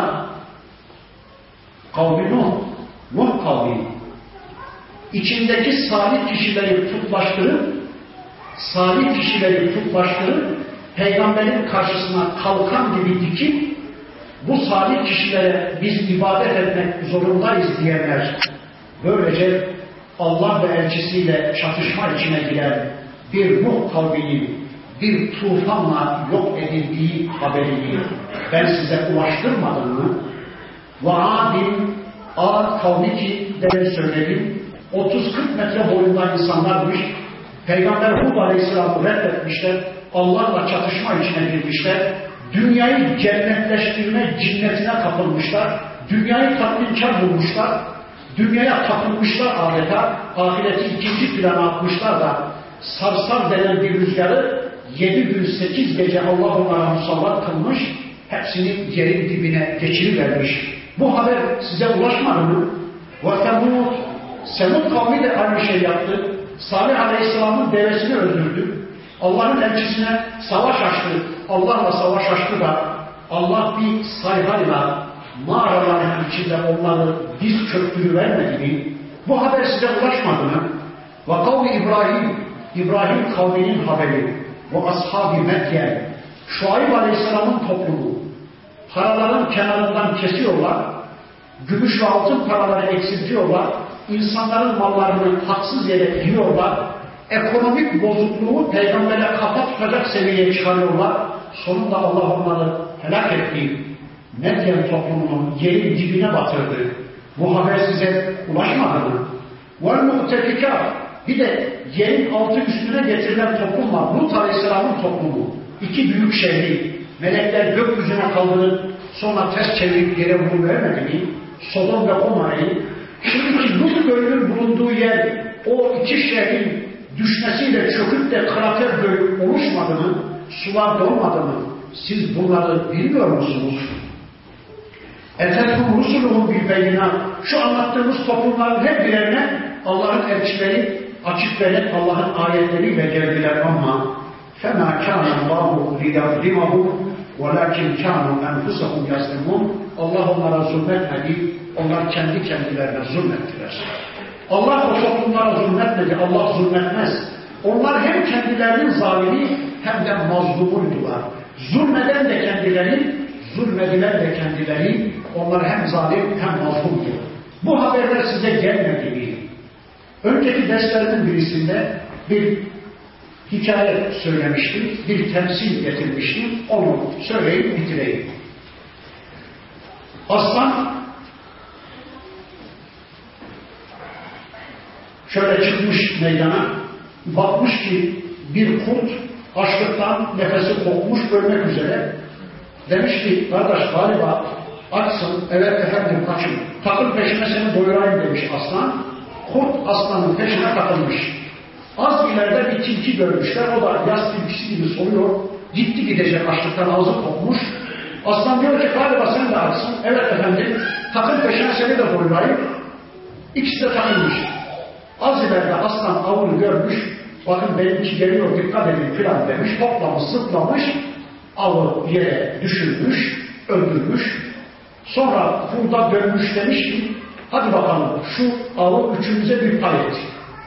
Kavmi Nuh. Nuh kavmi. İçindeki salih kişileri putlaştırıp, salih kişileri putlaştırıp, Peygamberin karşısına kalkan gibi dikip bu salih kişilere biz ibadet etmek zorundayız diyenler böylece Allah ve elçisiyle çatışma içine giren bir Nuh kavminin bir tufanla yok edildiği haberini ben size ulaştırmadım mı? Vaadin Ad kavmi ki demin söyledim otuz kırk metre boyunda insanlarmış. Peygamber Hud Aleyhisselam'ı reddetmişler. Allah'la çatışma içine girmişler. Dünyayı cennetleştirme cinnetine kapılmışlar. Dünyayı tatminkar bulmuşlar. Dünyaya tapılmışlar adeta. Ahireti ikinci plana atmışlar da sarsar denen bir rüzgarı yedi gün sekiz gece Allah onlara musallat kılmış. Hepsini yerin dibine geçirivermiş. Bu haber size ulaşmadı mı? وَثَمُودْ Semud kavmi de aynı şey yaptı. Salih Aleyhisselam'ın devesini öldürdü. Allah'ın elçisine savaş açtı. Allah'la savaş açtı da Allah bir sayhayla mağaraların içinde onları diz çöktürüvermedi mi? Bu haber size ulaşmadı mı? Ve kavmi İbrahim, İbrahim kavminin haberi. Bu ashab-ı Medyen, Şuayb Aleyhisselam'ın toplumu. Paraların kenarından kesiyorlar, gümüş ve altın paraları eksiltiyorlar, insanların mallarını haksız yere yiyorlar, ekonomik bozukluğu peygambere kafa tutacak seviyeye çıkarıyorlar. Sonunda Allah onları helak etti. Medyen toplumunun yerin dibine batırdı. Bu haber size ulaşmadı mı? وَالْمُؤْتَفِكَةِ Bir de yerin altı üstüne getirilen toplum var. Lut Aleyhisselam'ın toplumu. İki büyük şehri. Melekler gökyüzüne kaldırıp sonra ters çevirip yere vuruluvermedi mi? Sodom ve Gomorra'yı. Şimdiki Lut Gölü'nün bulunduğu yer o iki şehrin düşmesiyle çöküp de krater göl oluşmadı mı? Sular dolmadı mı? Siz bunları bilmiyor musunuz? اَتَتْهُمْ رُسُلُهُمْ بِالْبَيِّنَاتِ Şu anlattığımız toplumların her birine Allah'ın elçileri açık veren Allah'ın ayetleriyle geldiler ama فَمَا كَانَ اللّٰهُ لِيَظْلِمَهُمْ وَلَكِنْ كَانُوا أَنْفُسَهُمْ يَظْلِمُونَ Allah onlara zulmetmedi, onlar kendi kendilerine zulmettiler. Allah o toplumlara zulmetmedi, Allah zulmetmez. Onlar hem kendilerinin zalimi hem de mazlumuydular. Zulmeden de kendileri, zulmedilen de kendileri, onlar hem zalim hem mazlumdu. Bu haberler size gelmedi mi? Önceki derslerimin birisinde bir hikaye söylemiştim, bir temsil getirmiştim, onu söyleyip bitireyim. Aslan şöyle çıkmış meydana, bakmış ki bir kurt açlıktan nefesi kokmuş, ölmek üzere. Demiş ki, kardeş galiba açsın, evet efendim kaçın, takıl peşime seni doyurayım demiş aslan. Kurt aslanın peşine takılmış. Az ileride bir tilki görmüşler, o da yaz tilkisi gibi soruyor, gitti gidecek açlıktan, ağzı kokmuş. Aslan diyor ki, galiba sen de açsın, evet efendim, takıl peşine seni de doyurayım. İkisi de takılmış. Az ileride aslan avını görmüş, bakın benimki geliyor, dikkat edin filan demiş, toplamış, zıplamış, avı yere düşürmüş, öldürmüş. Sonra kurda dönmüş demiş ki, hadi bakalım şu avı üçümüze bir pay et.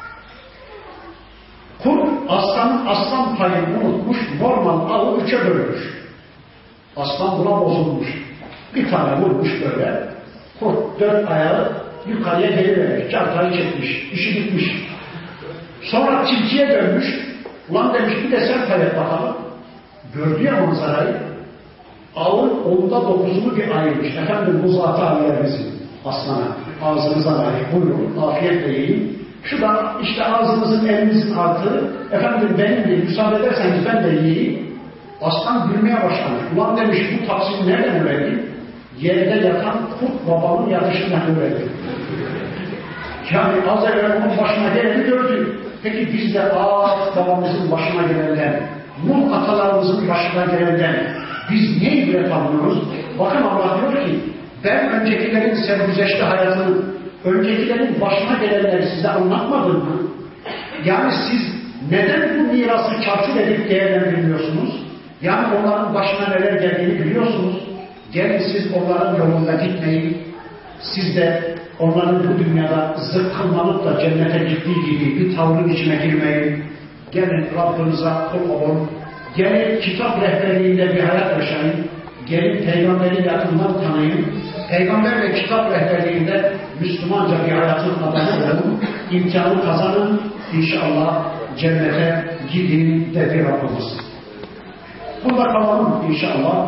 Kurt aslanın aslan payını unutmuş, normal avı üçe bölmüş. Aslan buna bozulmuş. Bir tane vurmuş böyle, kurt dört ayağı yukarıya gelivermiş, çarpayı çekmiş, işi bitmiş. Sonra tilkiye dönmüş, ulan demiş bir de sen pay et bakalım. Gördü ya manzarayı, avın onda dokuzunu bir ayırmış. Efendim bu zat-ı aliyerimizin aslana, ağzınıza layık buyurun, afiyetle yiyin. Şu da işte ağzınızın, elinizin artığı, efendim benim değil, müsaade ederseniz ben de yiyeyim. Aslan gülmeye başlamış. Ulan demiş bu taksini nereden öğrendi? Yerde yatan kurt babanın yatışından öğrendi. Yani az evvel onun başına geleni gördü. Peki biz de ağaç babamızın başına gelenden, Nuh atalarımızın başına gelenden biz niye ibret alıyoruz? Bakın Allah diyor ki, ben öncekilerin sergüzeşte hayatını, öncekilerin başına gelenleri size anlatmadım mı? Yani siz neden bu mirası çarçur edip değerlendirmiyorsunuz? Yani onların başına neler geldiğini biliyorsunuz. Gelin siz onların yolunda gitmeyin. Siz de onların bu dünyada zıkkınlanıp da cennete gittiği gibi bir tavrın içine girmeyin. Gelin Rabbinize kul olun. Gelin kitap rehberliğinde bir hayat yaşayın. Gelin Peygamberi yakından tanıyın. Peygamber ve kitap rehberliğinde Müslümanca bir hayatın adamı olun. İmkanı kazanın. İnşallah cennete gidin dedi Rabbimiz. Burada kalalım inşallah.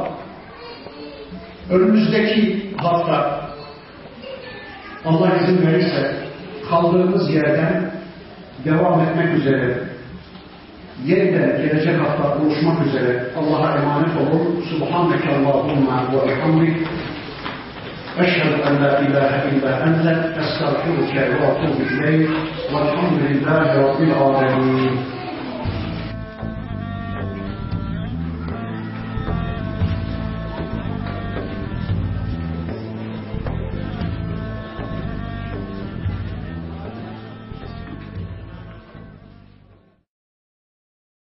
Önümüzdeki hafta Allah izin verirse kaldığımız yerden devam etmek üzere, yeniden gelecek hafta buluşmak üzere Allah'a emanet olun. Subhaneke Allahumma ve bihamdik. Eşhedü en la ilahe illa ente estağfiruke ve etûbü ileyk. Velhamdülillahi Rabbil âlemin.